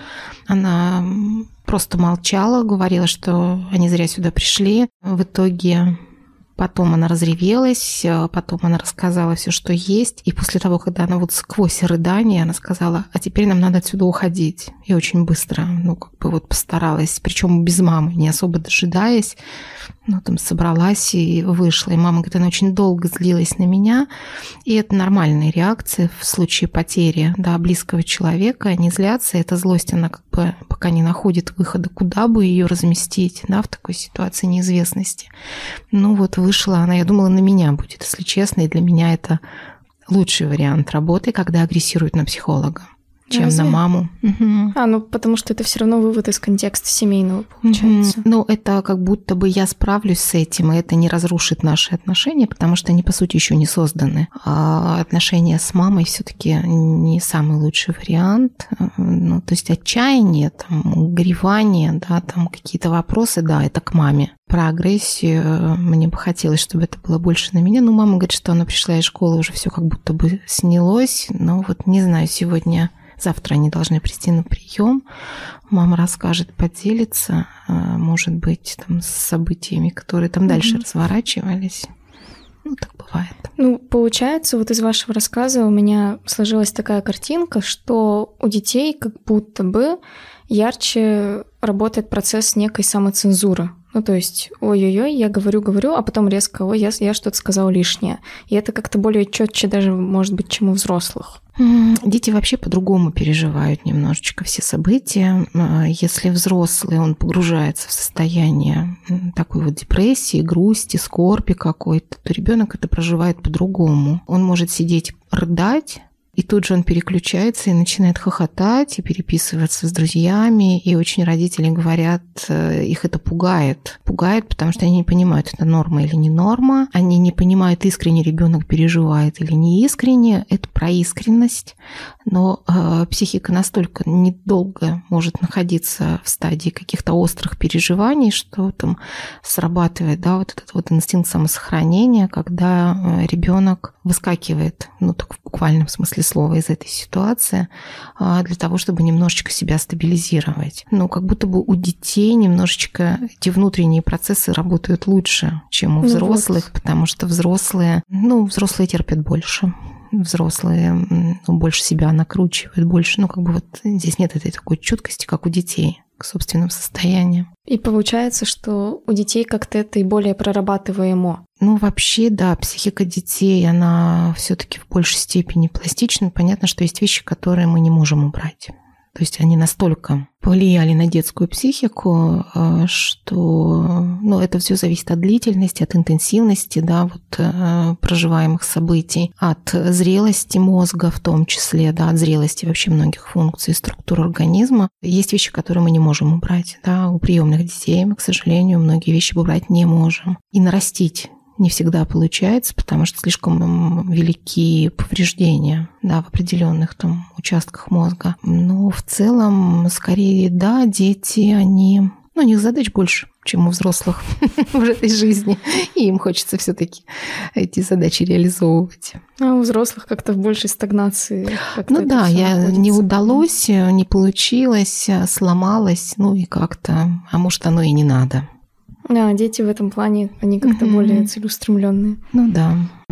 Speaker 3: Она просто молчала, говорила, что они зря сюда пришли. В итоге потом она разревелась, потом она рассказала все, что есть. И после того, когда она вот сквозь рыдания, она сказала, а теперь нам надо отсюда уходить. И очень быстро, ну, как бы вот постаралась, причем без мамы, не особо дожидаясь, ну, там собралась и вышла. И мама говорит, она очень долго злилась на меня. И это нормальная реакция в случае потери, да, близкого человека. Они злятся, и эта злость, она как бы пока не находит выхода, куда бы ее разместить, да, в такой ситуации неизвестности. Ну вот вышла она, я думала, на меня будет, если честно, и для меня это лучший вариант работы, когда агрессируют на психолога, чем Разве? на маму. Угу.
Speaker 1: А, ну потому что это все равно вывод из контекста семейного получается.
Speaker 3: Угу. Ну это как будто бы я справлюсь с этим, и это не разрушит наши отношения, потому что они, по сути, еще не созданы. А отношения с мамой все-таки не самый лучший вариант. Ну, то есть отчаяние, там, горевание, да, там какие-то вопросы, да, это к маме. Про агрессию мне бы хотелось, чтобы это было больше на меня. Но мама говорит, что она пришла из школы, уже все как будто бы снялось. Но вот не знаю, сегодня... Завтра они должны прийти на прием. Мама расскажет, поделится, может быть, там, с событиями, которые там mm-hmm. дальше разворачивались. Ну, так бывает.
Speaker 1: Ну, получается, вот из вашего рассказа у меня сложилась такая картинка, что у детей как будто бы ярче работает процесс некой самоцензуры. Ну, то есть, ой-ой-ой, я говорю-говорю, а потом резко, ой, я, я что-то сказала лишнее. И это как-то более четче даже, может быть, чем у взрослых.
Speaker 3: Дети вообще по-другому переживают немножечко все события. Если взрослый, он погружается в состояние такой вот депрессии, грусти, скорби какой-то, то ребенок это проживает по-другому. Он может сидеть, рыдать, и тут же он переключается и начинает хохотать, и переписываться с друзьями. И очень родители говорят, их это пугает. Пугает, потому что они не понимают, это норма или не норма. Они не понимают, искренне ребенок переживает или не искренне. Это про искренность. Но э, психика настолько недолго может находиться в стадии каких-то острых переживаний, что там срабатывает, да, вот этот вот инстинкт самосохранения, когда ребенок выскакивает, ну так в буквальном смысле слова, из этой ситуации для того, чтобы немножечко себя стабилизировать. Но как будто бы у детей немножечко эти внутренние процессы работают лучше, чем у взрослых, ну вот. Потому что взрослые, ну, взрослые терпят больше. Взрослые ну, больше себя накручивают, больше, ну, как бы вот здесь нет этой такой чуткости, как у детей, к собственным состояниям.
Speaker 1: И получается, что у детей как-то это и более прорабатываемо.
Speaker 3: Ну, вообще, да, психика детей, она все-таки в большей степени пластична. Понятно, что есть вещи, которые мы не можем убрать. То есть они настолько повлияли на детскую психику, что ну, это все зависит от длительности, от интенсивности, да, вот, проживаемых событий, от зрелости мозга в том числе, да, от зрелости вообще многих функций, структур организма. Есть вещи, которые мы не можем убрать. Да. У приемных детей мы, к сожалению, многие вещи убрать не можем. И нарастить не всегда получается, потому что слишком велики повреждения, да, в определенных там участках мозга. Но в целом, скорее, да, дети, они, ну, у них задач больше, чем у взрослых в этой жизни, и им хочется все-таки эти задачи реализовывать.
Speaker 1: А у взрослых как-то в большей стагнации.
Speaker 3: Ну да, я находится. Не удалось, не получилось, сломалась, ну и как-то, а может, оно и не надо.
Speaker 1: А дети в этом плане, они как-то mm-hmm. более целеустремленные.
Speaker 3: Ну да.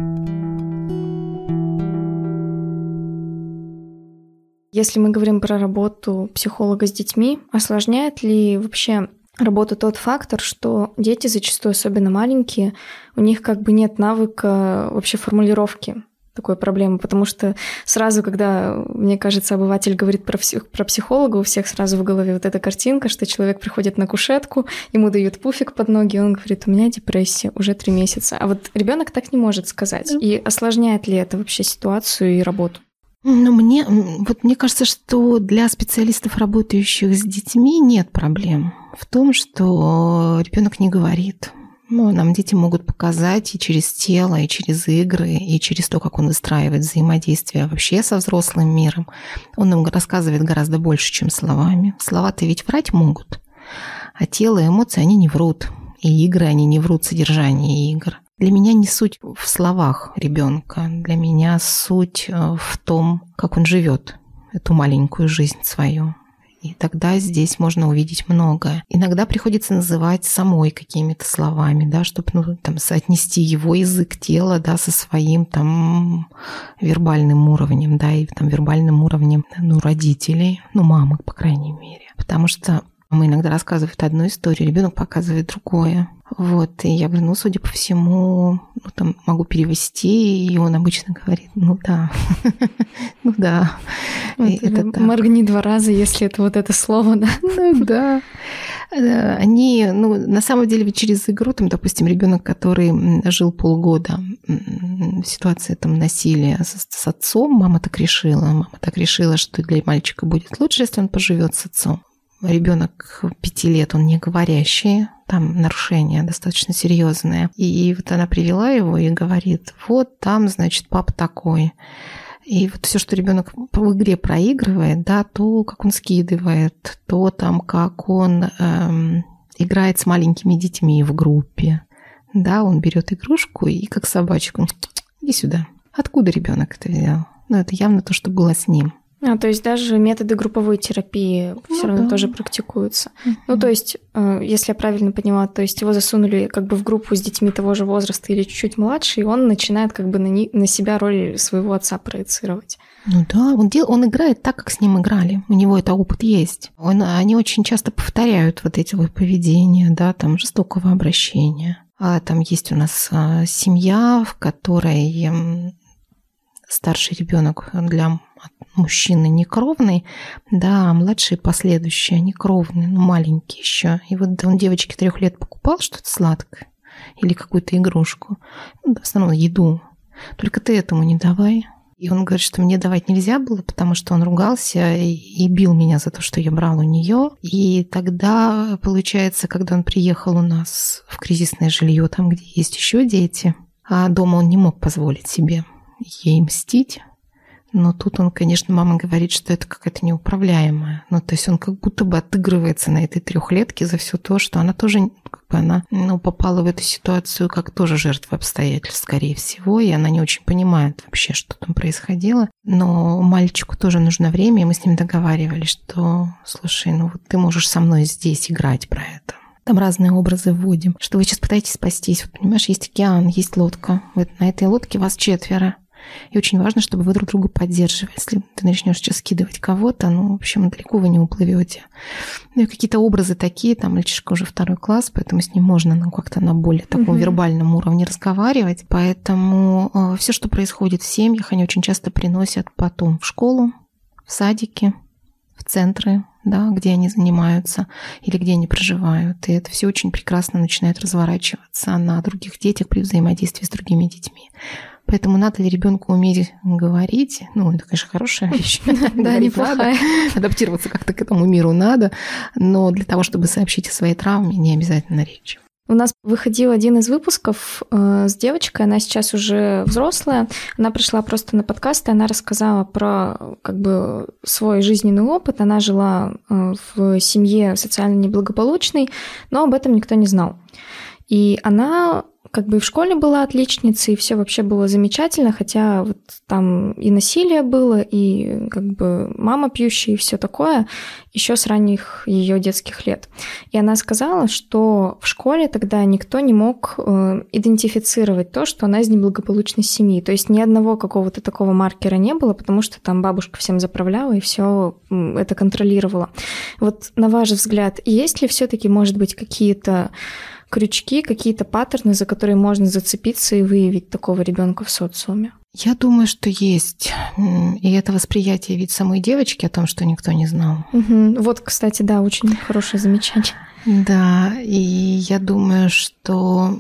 Speaker 1: Если мы говорим про работу психолога с детьми, осложняет ли вообще работу тот фактор, что дети зачастую, особенно маленькие, у них как бы нет навыка вообще формулировки такой проблемы, потому что сразу, когда, мне кажется, обыватель говорит про, псих, про психолога, у всех сразу в голове вот эта картинка, что человек приходит на кушетку, ему дают пуфик под ноги, и он говорит, у меня депрессия уже три месяца. А вот ребенок так не может сказать. Да. И осложняет ли это вообще ситуацию и работу?
Speaker 3: Ну, мне, вот мне кажется, что для специалистов, работающих с детьми, нет проблем в том, что ребенок не говорит. Ну, нам дети могут показать и через тело, и через игры, и через то, как он выстраивает взаимодействие вообще со взрослым миром. Он нам рассказывает гораздо больше, чем словами. Слова-то ведь врать могут, а тело и эмоции, они не врут. И игры, они не врут, содержание игр. Для меня не суть в словах ребенка, для меня суть в том, как он живет эту маленькую жизнь свою. И тогда здесь можно увидеть многое. Иногда приходится называть самой какими-то словами, да, чтобы ну, там, соотнести его язык тела, да, со своим там, вербальным уровнем, да, и там, вербальным уровнем ну, родителей, ну, мамы, по крайней мере. Потому что мы иногда рассказывают одну историю, ребенок показывает другое. Вот, и я говорю, ну, судя по всему, ну, там, могу перевести, и он обычно говорит, ну, да, ну, да.
Speaker 1: Моргни два раза, если это вот это слово, да?
Speaker 3: Ну, да. Они, ну, на самом деле, ведь через игру, там, допустим, ребенок, который жил полгода в ситуации там насилия с, с отцом, мама так решила, мама так решила, что для мальчика будет лучше, если он поживет с отцом. Ребенок пяти лет, он не говорящий, там нарушения достаточно серьезные. И вот она привела его и говорит, вот там, значит, папа такой. И вот все, что ребенок в игре проигрывает, да, то, как он скидывает, то там, как он эм, играет с маленькими детьми в группе. Да, он берет игрушку и как собачку, иди сюда. Откуда ребенок это взял? Ну, это явно то, что было с ним.
Speaker 1: А, то есть даже методы групповой терапии ну, все равно да. тоже практикуются. Uh-huh. Ну, то есть, если я правильно поняла, то есть его засунули как бы в группу с детьми того же возраста или чуть-чуть младше, и он начинает как бы на, не, на себя роль своего отца проецировать.
Speaker 3: Ну да, он, дел, он играет так, как с ним играли. У него это опыт есть. Он, они очень часто повторяют вот эти вот поведения, да, там, жестокого обращения. А там есть у нас а, семья, в которой старший ребенок для мужчины некровный, да, а младшие последующие, они кровные, ну, маленькие еще. И вот он девочке трех лет покупал что-то сладкое или какую-то игрушку, ну, в основном еду. Только ты этому не давай. И он говорит, что мне давать нельзя было, потому что он ругался и, и бил меня за то, что я брал у нее. И тогда, получается, когда он приехал у нас в кризисное жилье, там, где есть еще дети, а дома он не мог позволить себе ей мстить. Но тут он, конечно, мама говорит, что это какая-то неуправляемая. Ну, то есть он как будто бы отыгрывается на этой трехлетке за все то, что она тоже, как бы она, ну, попала в эту ситуацию как тоже жертва обстоятельств, скорее всего, и она не очень понимает вообще, что там происходило. Но мальчику тоже нужно время, и мы с ним договаривались, что, слушай, ну вот ты можешь со мной здесь играть про это. Там разные образы вводим, что вы сейчас пытаетесь спастись. Вот, понимаешь, есть океан, есть лодка. Вот на этой лодке вас четверо. И очень важно, чтобы вы друг друга поддерживали. Если ты начнешь сейчас скидывать кого-то, ну, в общем, далеко вы не уплывете. Ну и какие-то образы такие, там мальчишка уже второй класс, поэтому с ним можно ну, как-то на более таком угу. вербальном уровне разговаривать. Поэтому э, все, что происходит в семьях, они очень часто приносят потом в школу, в садики, в центры, да, где они занимаются или где они проживают. И это все очень прекрасно начинает разворачиваться на других детях при взаимодействии с другими детьми. Поэтому надо ли ребенку уметь говорить? Ну, это, конечно, хорошая вещь.
Speaker 1: Да, неплохая.
Speaker 3: Адаптироваться как-то к этому миру надо, но для того, чтобы сообщить о своей травме, не обязательно речь.
Speaker 1: У нас выходил один из выпусков э, с девочкой, она сейчас уже взрослая, она пришла просто на подкаст, и она рассказала про как бы свой жизненный опыт. Она жила э, в семье социально неблагополучной, но об этом никто не знал. И она как бы и в школе была отличницей, и все вообще было замечательно, хотя вот там и насилие было, и как бы мама пьющая, и все такое, еще с ранних ее детских лет. И она сказала, что в школе тогда никто не мог э, идентифицировать то, что она из неблагополучной семьи. То есть ни одного какого-то такого маркера не было, потому что там бабушка всем заправляла и все это контролировала. Вот на ваш взгляд, есть ли все-таки, может быть, какие-то крючки, какие-то паттерны, за которые можно зацепиться и выявить такого ребенка в социуме?
Speaker 3: Я думаю, что есть. И это восприятие ведь самой девочки о том, что никто не знал.
Speaker 1: Угу. Вот, кстати, да, очень хорошее замечание.
Speaker 3: Да, и я думаю, что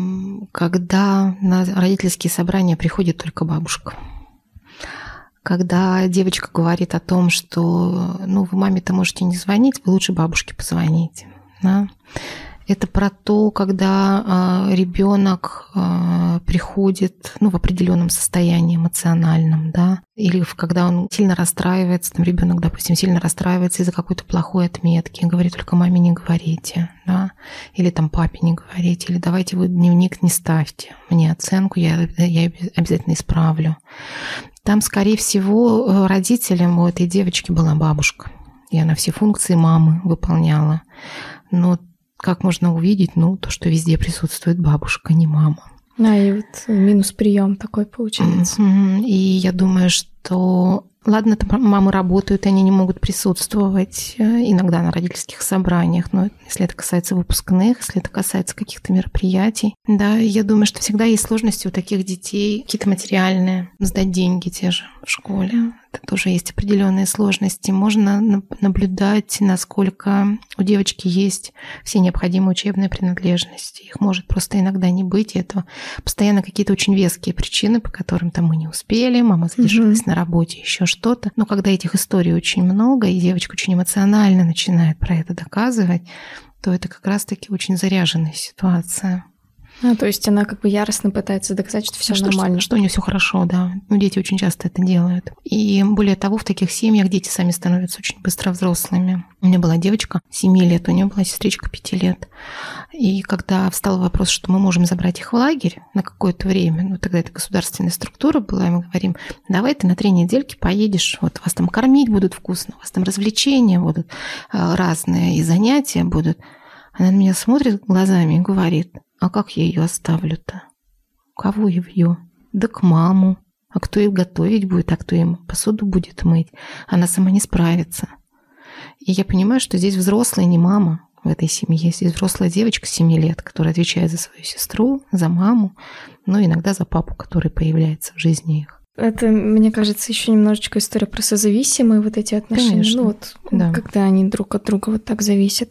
Speaker 3: когда на родительские собрания приходит только бабушка, когда девочка говорит о том, что ну, вы маме-то можете не звонить, вы лучше бабушке позвоните, да? Это про то, когда э, ребенок э, приходит ну, в определенном состоянии эмоциональном, да, или в, когда он сильно расстраивается, там ребенок, допустим, сильно расстраивается из-за какой-то плохой отметки, говорит только маме не говорите, да, или там папе не говорите, или давайте вы дневник не ставьте, мне оценку, я, я обязательно исправлю. Там, скорее всего, родителем у этой девочки была бабушка, и она все функции мамы выполняла, но как можно увидеть, ну, то, что везде присутствует бабушка, не мама.
Speaker 1: А, и вот минус прием такой получается.
Speaker 3: И я думаю, что ладно, там мамы работают, и они не могут присутствовать иногда на родительских собраниях, но если это касается выпускных, если это касается каких-то мероприятий, да, я думаю, что всегда есть сложности у таких детей, какие-то материальные, сдать деньги те же в школе. Это тоже есть определенные сложности. Можно наблюдать, насколько у девочки есть все необходимые учебные принадлежности. Их может просто иногда не быть. И это постоянно какие-то очень веские причины, по которым там мы не успели, мама задержалась mm-hmm. на работе, еще что-то. Но когда этих историй очень много, и девочка очень эмоционально начинает про это доказывать, то это как раз-таки очень заряженная ситуация.
Speaker 1: А, то есть она как бы яростно пытается доказать, что все
Speaker 3: что,
Speaker 1: нормально.
Speaker 3: Что, что у нее все хорошо, да. Ну, дети очень часто это делают. И более того, в таких семьях дети сами становятся очень быстро взрослыми. У меня была девочка семи лет, у нее была сестричка пяти лет. И когда встал вопрос, что мы можем забрать их в лагерь на какое-то время, ну, тогда это государственная структура была, и мы говорим, давай ты на три недельки поедешь, вот вас там кормить будут вкусно, у вас там развлечения будут разные, и занятия будут. Она на меня смотрит глазами и говорит, а как я ее оставлю-то? Кого ее? Да к маму. А кто ей готовить будет, а кто им посуду будет мыть? Она сама не справится. И я понимаю, что здесь взрослая не мама в этой семье. Здесь взрослая девочка семи лет, которая отвечает за свою сестру, за маму, ну иногда за папу, который появляется в жизни их.
Speaker 1: Это, мне кажется, еще немножечко история про созависимые вот эти отношения.
Speaker 3: Конечно,
Speaker 1: ну вот,
Speaker 3: да.
Speaker 1: Когда они друг от друга вот так зависят.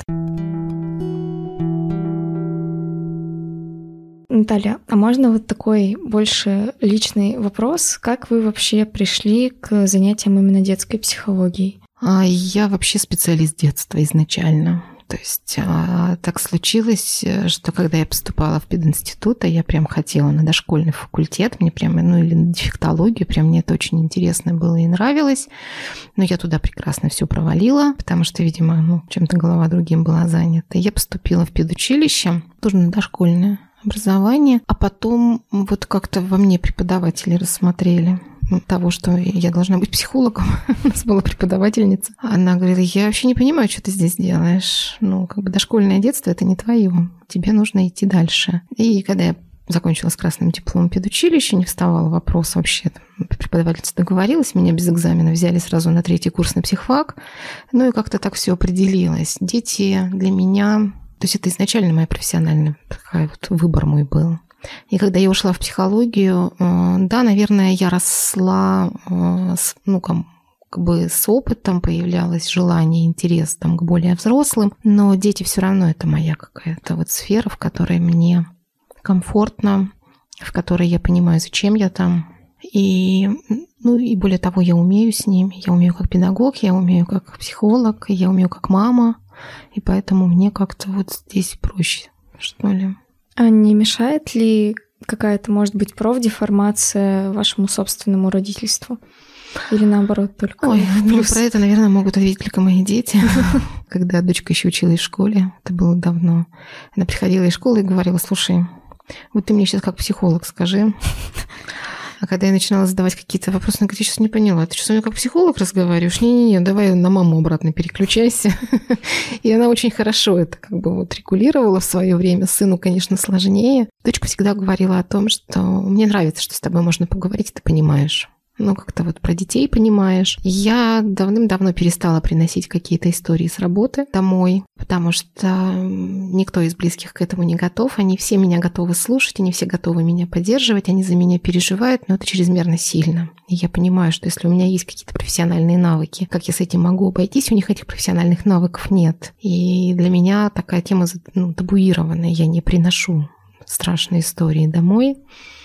Speaker 1: Наталья, а можно вот такой больше личный вопрос? Как вы вообще пришли к занятиям именно детской психологией?
Speaker 3: Я вообще специалист детства изначально. То есть так случилось, что когда я поступала в пединститут, я прям хотела на дошкольный факультет, мне прям, ну или на дефектологию, прям мне это очень интересно было и нравилось. Но я туда прекрасно все провалила, потому что, видимо, ну, чем-то голова другим была занята. Я поступила в педучилище, тоже на дошкольное образование, а потом вот как-то во мне преподаватели рассмотрели того, что я должна быть психологом. У нас была преподавательница. Она говорила, я вообще не понимаю, что ты здесь делаешь. Ну, как бы дошкольное детство – это не твое. Тебе нужно идти дальше. И когда я закончила с красным дипломом педучилище, не вставал вопрос вообще. Преподавательница договорилась, меня без экзамена взяли сразу на третий курс на психфак. Ну и как-то так все определилось. Дети для меня... То есть это изначально моя профессиональная такая вот выбор мой был. И когда я ушла в психологию, да, наверное, я росла, ну, как бы с опытом, появлялось желание, интерес там, к более взрослым, но дети все равно это моя какая-то вот сфера, в которой мне комфортно, в которой я понимаю, зачем я там. И, ну, и более того, я умею с ними, я умею как педагог, я умею как психолог, я умею как мама, и поэтому мне как-то вот здесь проще, что ли.
Speaker 1: А не мешает ли какая-то, может быть, профдеформация вашему собственному родительству? Или наоборот только
Speaker 3: Ой, ну
Speaker 1: плюс?
Speaker 3: про это, наверное, могут ответить только мои дети. Когда дочка еще училась в школе, это было давно, она приходила из школы и говорила: слушай, вот ты мне сейчас как психолог скажи. А когда я начинала задавать какие-то вопросы, она говорит: я сейчас не поняла, ты что, со мной как психолог разговариваешь? Не-не-не, давай на маму обратно переключайся. И она очень хорошо это как бы вот регулировала в свое время. Сыну, конечно, сложнее. Дочка всегда говорила о том, что мне нравится, что с тобой можно поговорить, ты понимаешь. Ну, как-то вот про детей понимаешь. Я давным-давно перестала приносить какие-то истории с работы домой, потому что никто из близких к этому не готов. Они все меня готовы слушать, они все готовы меня поддерживать, они за меня переживают, но это чрезмерно сильно. И я понимаю, что если у меня есть какие-то профессиональные навыки, как я с этим могу обойтись, у них этих профессиональных навыков нет. И для меня такая тема, ну, табуированная. Я не приношу страшные истории домой.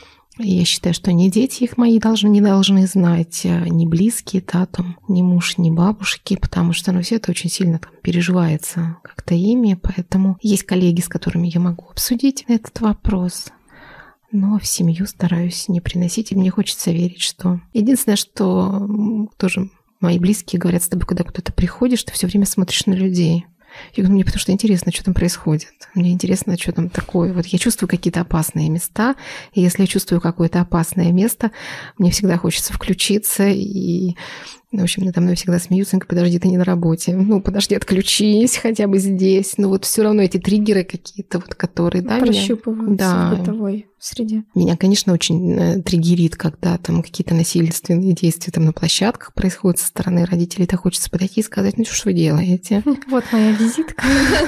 Speaker 3: Я считаю, что ни дети их мои должны, не должны знать, ни близкие, да, там, ни муж, ни бабушки, потому что, ну, все это очень сильно там переживается как-то ими, поэтому есть коллеги, с которыми я могу обсудить этот вопрос, но в семью стараюсь не приносить, и мне хочется верить, что... Единственное, что тоже мои близкие говорят: с тобой, когда куда-то приходишь, ты все время смотришь на людей. Я говорю: мне потому что интересно, что там происходит. Мне интересно, что там такое. Вот я чувствую какие-то опасные места, и если я чувствую какое-то опасное место, мне всегда хочется включиться, и, в общем, надо мной всегда смеются: подожди, ты не на работе. Ну, подожди, отключись хотя бы здесь. Ну, вот все равно эти триггеры какие-то, вот, которые, да,
Speaker 1: прощупываются,
Speaker 3: да,
Speaker 1: в бытовой среде.
Speaker 3: Меня, конечно, очень триггерит, когда там какие-то насильственные действия там на площадках происходят со стороны родителей. Так хочется подойти и сказать: ну, что вы делаете?
Speaker 1: Вот моя визитка.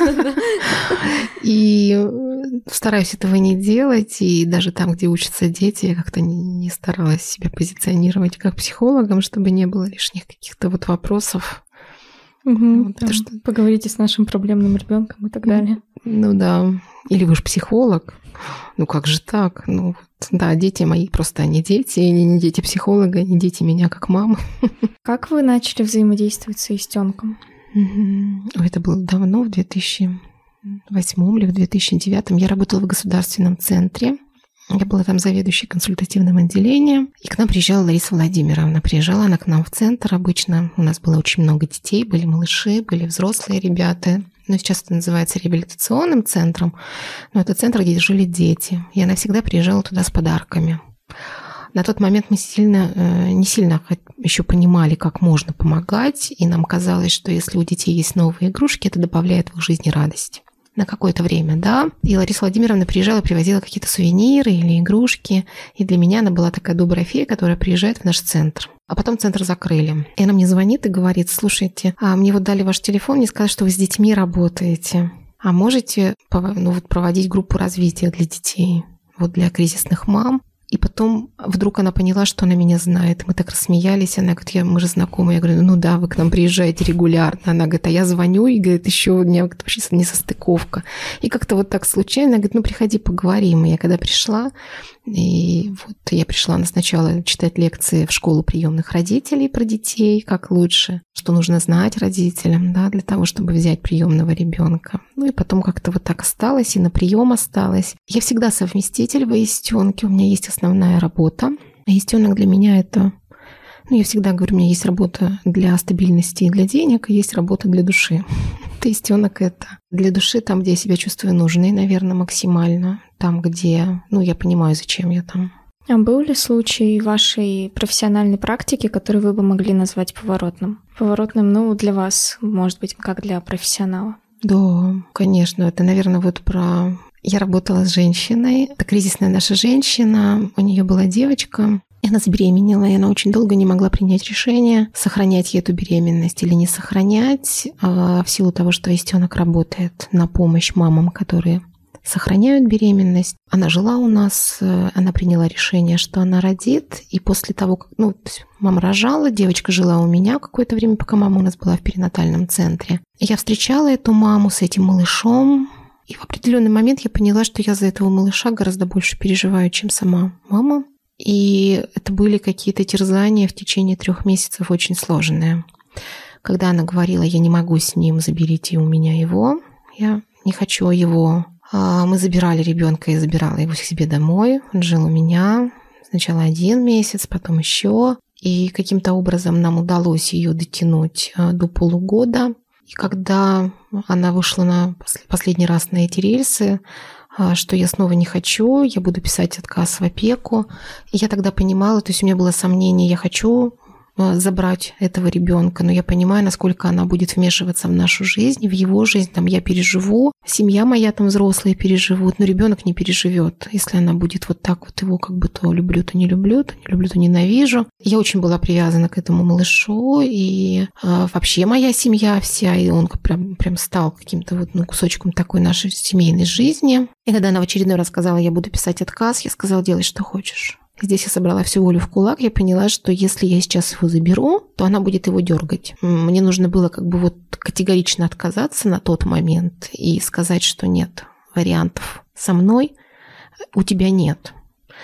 Speaker 3: И стараюсь этого не делать. И даже там, где учатся дети, я как-то не старалась себя позиционировать как психологом, чтобы не было лишних каких-то вот вопросов.
Speaker 1: Угу, вот, там, что... Поговорите с нашим проблемным ребенком и так далее.
Speaker 3: Ну да. Или вы же психолог. Ну как же так? Ну вот, да, дети мои просто они дети, они не дети психолога, они дети меня как мамы.
Speaker 1: Как вы начали взаимодействовать с Аистёнком?
Speaker 3: Угу. Это было давно, в две тысячи восьмом или в две тысячи девятом. Я работала в государственном центре. Я была там заведующей консультативным отделением. И к нам приезжала Лариса Владимировна. Приезжала она к нам в центр обычно. У нас было очень много детей, были малыши, были взрослые ребята. Ну, сейчас это называется реабилитационным центром. Но это центр, где жили дети. И она всегда приезжала туда с подарками. На тот момент мы сильно, не сильно еще понимали, как можно помогать. И нам казалось, что если у детей есть новые игрушки, это добавляет в их жизни радость. На какое-то время, да. И Лариса Владимировна приезжала, привозила какие-то сувениры или игрушки. И для меня она была такая добрая фея, которая приезжает в наш центр. А потом центр закрыли. И она мне звонит и говорит: слушайте, а мне вот дали ваш телефон, мне сказали, что вы с детьми работаете. А можете, ну, вот, проводить группу развития для детей, вот для кризисных мам? И потом вдруг она поняла, что она меня знает. Мы так рассмеялись. Она говорит: я, мы же знакомы. Я говорю: ну да, вы к нам приезжаете регулярно. Она говорит: а я звоню, и говорит, еще у меня вообще несостыковка. И как-то вот так случайно, она говорит: ну приходи, поговорим. И я когда пришла, и вот я пришла она сначала читать лекции в школу приемных родителей про детей, как лучше, что нужно знать родителям, да, для того, чтобы взять приемного ребенка. Ну и потом как-то вот так осталось, и на прием осталось. Я всегда совместитель в Аистёнке. У меня есть основная работа. Аистёнок для меня это... Ну, я всегда говорю, у меня есть работа для стабильности и для денег, и есть работа для души. Аистёнок это для души, там, где я себя чувствую нужной, наверное, максимально. Там, где, ну, я понимаю, зачем я там.
Speaker 1: А был ли случай вашей профессиональной практики, который вы бы могли назвать поворотным? Поворотным, ну, для вас, может быть, как для профессионала.
Speaker 3: Да, конечно. Это, наверное, вот про Я работала с женщиной. Это кризисная наша женщина. У нее была девочка. И она забеременела, и она очень долго не могла принять решение, сохранять ей эту беременность или не сохранять, в силу того, что Истёнок работает на помощь мамам, которые сохраняют беременность. Она жила у нас, она приняла решение, что она родит, и после того, как ну, мама рожала, девочка жила у меня какое-то время, пока мама у нас была в перинатальном центре. И я встречала эту маму с этим малышом, и в определенный момент я поняла, что я за этого малыша гораздо больше переживаю, чем сама мама. И это были какие-то терзания в течение трех месяцев очень сложные. Когда она говорила, я не могу с ним, заберите у меня его, я не хочу его. Мы забирали ребенка, я забирала его к себе домой. Он жил у меня сначала один месяц, потом еще. И каким-то образом нам удалось ее дотянуть до полугода. И когда она вышла на последний раз на эти рельсы, что я снова не хочу, я буду писать отказ в опеку. И я тогда понимала, то есть у меня было сомнение, я хочу забрать этого ребенка, но я понимаю, насколько она будет вмешиваться в нашу жизнь, в его жизнь, там я переживу, семья моя там взрослые переживут, но ребенок не переживет, если она будет вот так вот его как бы то люблю, то не люблю, то не люблю, то ненавижу. Я очень была привязана к этому малышу, и э, вообще моя семья вся, и он прям, прям стал каким-то вот ну, кусочком такой нашей семейной жизни. И когда она в очередной раз сказала, я буду писать отказ, я сказала, делай, что хочешь. Здесь я собрала всю волю в кулак, я поняла, что если я сейчас его заберу, то она будет его дергать. Мне нужно было как бы вот категорично отказаться на тот момент и сказать, что нет, вариантов со мной у тебя нет.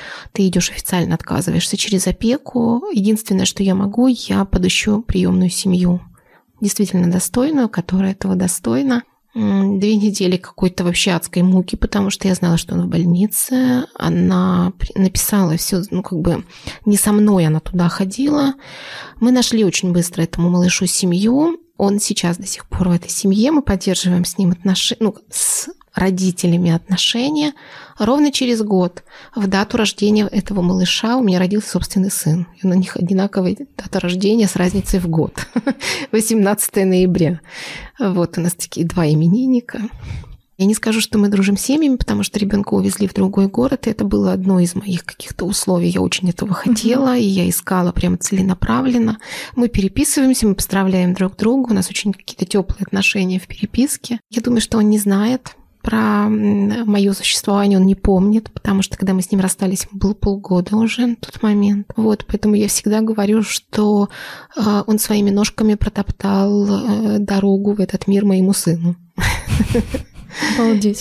Speaker 3: Ты идешь официально отказываешься через опеку. Единственное, что я могу, я подыщу приемную семью, действительно достойную, которая этого достойна. Две недели какой-то вообще адской муки, потому что я знала, что он в больнице. Она написала все, ну как бы не со мной она туда ходила. Мы нашли очень быстро этому малышу семью. Он сейчас до сих пор в этой семье. Мы поддерживаем с ним отношения, ну, с родителями отношения. Ровно через год, в дату рождения этого малыша, у меня родился собственный сын. И у них одинаковая дата рождения с разницей в год. восемнадцатого ноября. Вот у нас такие два именинника. Я не скажу, что мы дружим с семьями, потому что ребенка увезли в другой город, и это было одно из моих каких-то условий. Я очень этого хотела, mm-hmm. и я искала прямо целенаправленно. Мы переписываемся, мы поздравляем друг друга, у нас очень какие-то теплые отношения в переписке. Я думаю, что он не знает про мое существование, он не помнит, потому что когда мы с ним расстались, было полгода уже на тот момент. Вот, поэтому я всегда говорю, что он своими ножками протоптал дорогу в этот мир моему сыну.
Speaker 1: Обалдеть.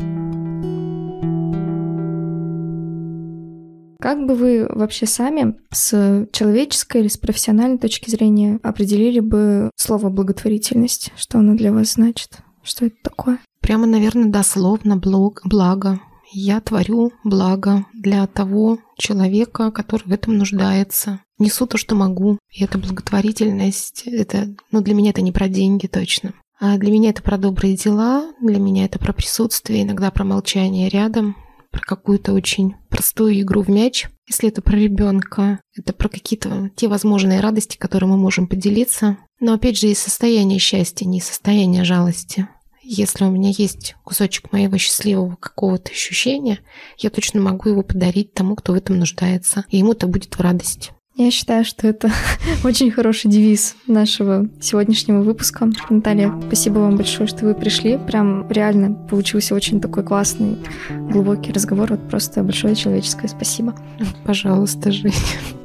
Speaker 1: Как бы вы вообще сами с человеческой или с профессиональной точки зрения определили бы слово «благотворительность»? Что оно для вас значит? Что это такое?
Speaker 3: Прямо, наверное, дословно блог, благо. Я творю благо для того человека, который в этом нуждается. Несу то, что могу. И эта благотворительность, это, ну, для меня это не про деньги точно. А для меня это про добрые дела, для меня это про присутствие, иногда про молчание рядом, про какую-то очень простую игру в мяч. Если это про ребенка, это про какие-то те возможные радости, которые мы можем поделиться. Но опять же, и состояние счастья, не состояние жалости. Если у меня есть кусочек моего счастливого какого-то ощущения, я точно могу его подарить тому, кто в этом нуждается, и ему это будет в радость.
Speaker 1: Я считаю, что это очень хороший девиз нашего сегодняшнего выпуска. Наталья, спасибо вам большое, что вы пришли. Прям реально получился очень такой классный, глубокий разговор. Вот просто большое человеческое спасибо.
Speaker 3: Пожалуйста, Женя.